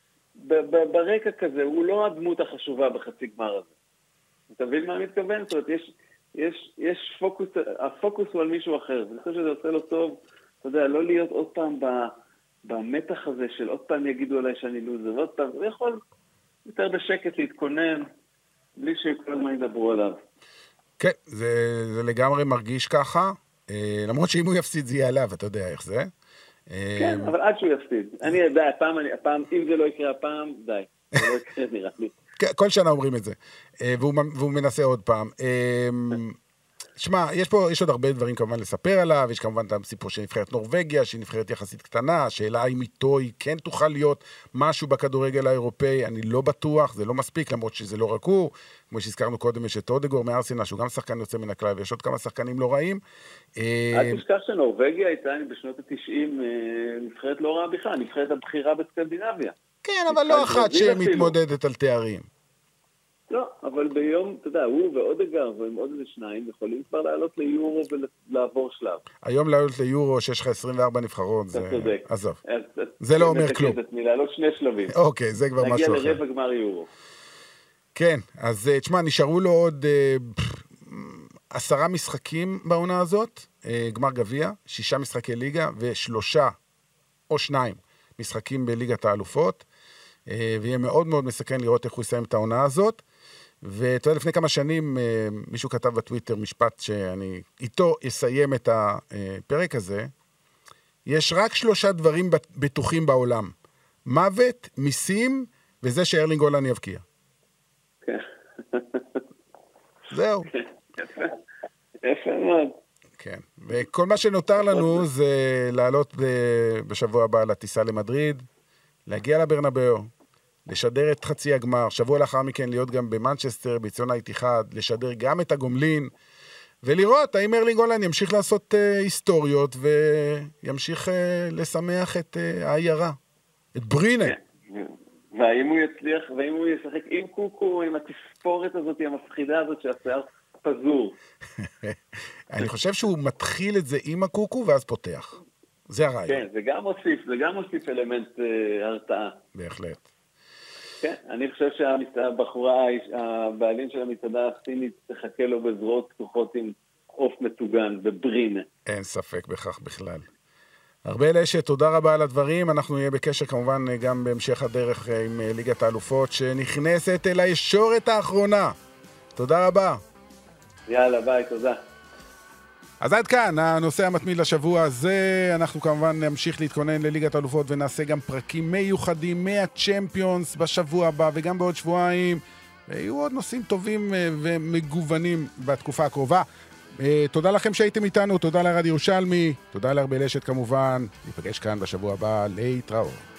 ברקע כזה, הוא לא הדמות החשובה בחצי גמר הזה. אתה מבין מה אני מתכוון? זאת אומרת, יש, יש, יש פוקוס, הפוקוס הוא על מישהו אחר, ואני חושב שזה עושה לו טוב, אתה יודע, לא להיות עוד פעם במתח הזה של עוד פעם יגידו עליי שאני לוזר, ועוד פעם, הוא יכול יותר בשקט להתכונן, בלי שכל הזמן ידברו עליו. כן, זה, זה לגמרי מרגיש ככה, למרות שאם הוא יפסיד זה יהיה עליו, אתה יודע איך זה. כן, אבל עד שהוא יפסיד. אני יודע, הפעם, הפעם, אם זה לא יקרה הפעם, די. זה לא יקרה, נראה לי. כל שנה אומרים את זה. והוא, והוא מנסה עוד פעם. שמע, יש פה, יש עוד הרבה דברים כמובן לספר עליו, יש כמובן את הסיפור של נבחרת נורווגיה, שהיא נבחרת יחסית קטנה, השאלה אם איתו היא כן תוכל להיות משהו בכדורגל האירופאי, אני לא בטוח, זה לא מספיק, למרות שזה לא רק הוא, כמו שהזכרנו קודם, יש את אודגור מארסנל, שהוא גם שחקן יוצא מן הכלל, ויש עוד כמה שחקנים לא רעים. אל תשכח שנורווגיה הייתה בשנות ה-תשעים נבחרת לא רעה בכלל, נבחרת הבחירה בסקנדינביה. כן, אבל לא אחת שמתמודדת על תארים. לא, אבל ביום, אתה יודע, הוא ואודגר ועם עוד איזה שניים יכולים כבר לעלות ליורו ולעבור שלב. היום לעלות ליורו שיש לך עשרים וארבע נבחרות, זה... עזוב. זה לא אומר כלום. לעלות שני שלבים. אוקיי, זה כבר משהו אחר. להגיע לרבע גמר יורו. כן, אז תשמע, נשארו לו עוד עשרה משחקים בעונה הזאת, גמר גביע, שישה משחקי ליגה ושלושה או שניים משחקים בליגת האלופות, ויהיה מאוד מאוד מסכן לראות איך הוא יסיים את העונה הזאת. ואתה יודע, לפני כמה שנים מישהו כתב בטוויטר משפט שאני איתו אסיים את הפרק הזה, יש רק שלושה דברים בטוחים בעולם, מוות, מיסים, וזה שארלינג הולנד יבקיע. כן. זהו. יפה. יפה מאוד. כן. וכל מה שנותר לנו זה לעלות בשבוע הבא לטיסה למדריד, להגיע לברנבאו, לשדר את חצי הגמר, שבוע לאחר מכן להיות גם במנצ'סטר, בציון האיתיחד, לשדר גם את הגומלין, ולראות האם ארלינג הולנד ימשיך לעשות uh, היסטוריות, וימשיך uh, לשמח את uh, העיירה, את ברינה. והאם הוא יצליח, והאם הוא ישחק עם קוקו, עם התספורת הזאת, עם המפחידה הזאת שהשיער פזור. אני חושב שהוא מתחיל את זה עם הקוקו, ואז פותח. זה הרעיון. כן, זה גם מוסיף, זה גם מוסיף אלמנט uh, הרתעה. בהחלט. כן, אני חושב שהבחורה, הבעלים של המצעדה הסינית, תחכה לו בזרועות פתוחות עם עוף מטוגן וברינה. אין ספק בכך בכלל. ארבל אשת, תודה רבה על הדברים. אנחנו נהיה בקשר כמובן גם בהמשך הדרך עם ליגת האלופות, שנכנסת אל הישורת האחרונה. תודה רבה. יאללה, ביי, תודה. אז עד כאן, הנושא המתמיד לשבוע הזה. אנחנו כמובן נמשיך להתכונן לליגת האלופות ונעשה גם פרקים מיוחדים מהצ'מפיונס בשבוע הבא וגם בעוד שבועיים. יהיו עוד נושאים טובים ומגוונים בתקופה הקרובה. תודה לכם שהייתם איתנו, תודה לרד ירושלמי, תודה לארבל אשת כמובן. ניפגש כאן בשבוע הבא, להתראות.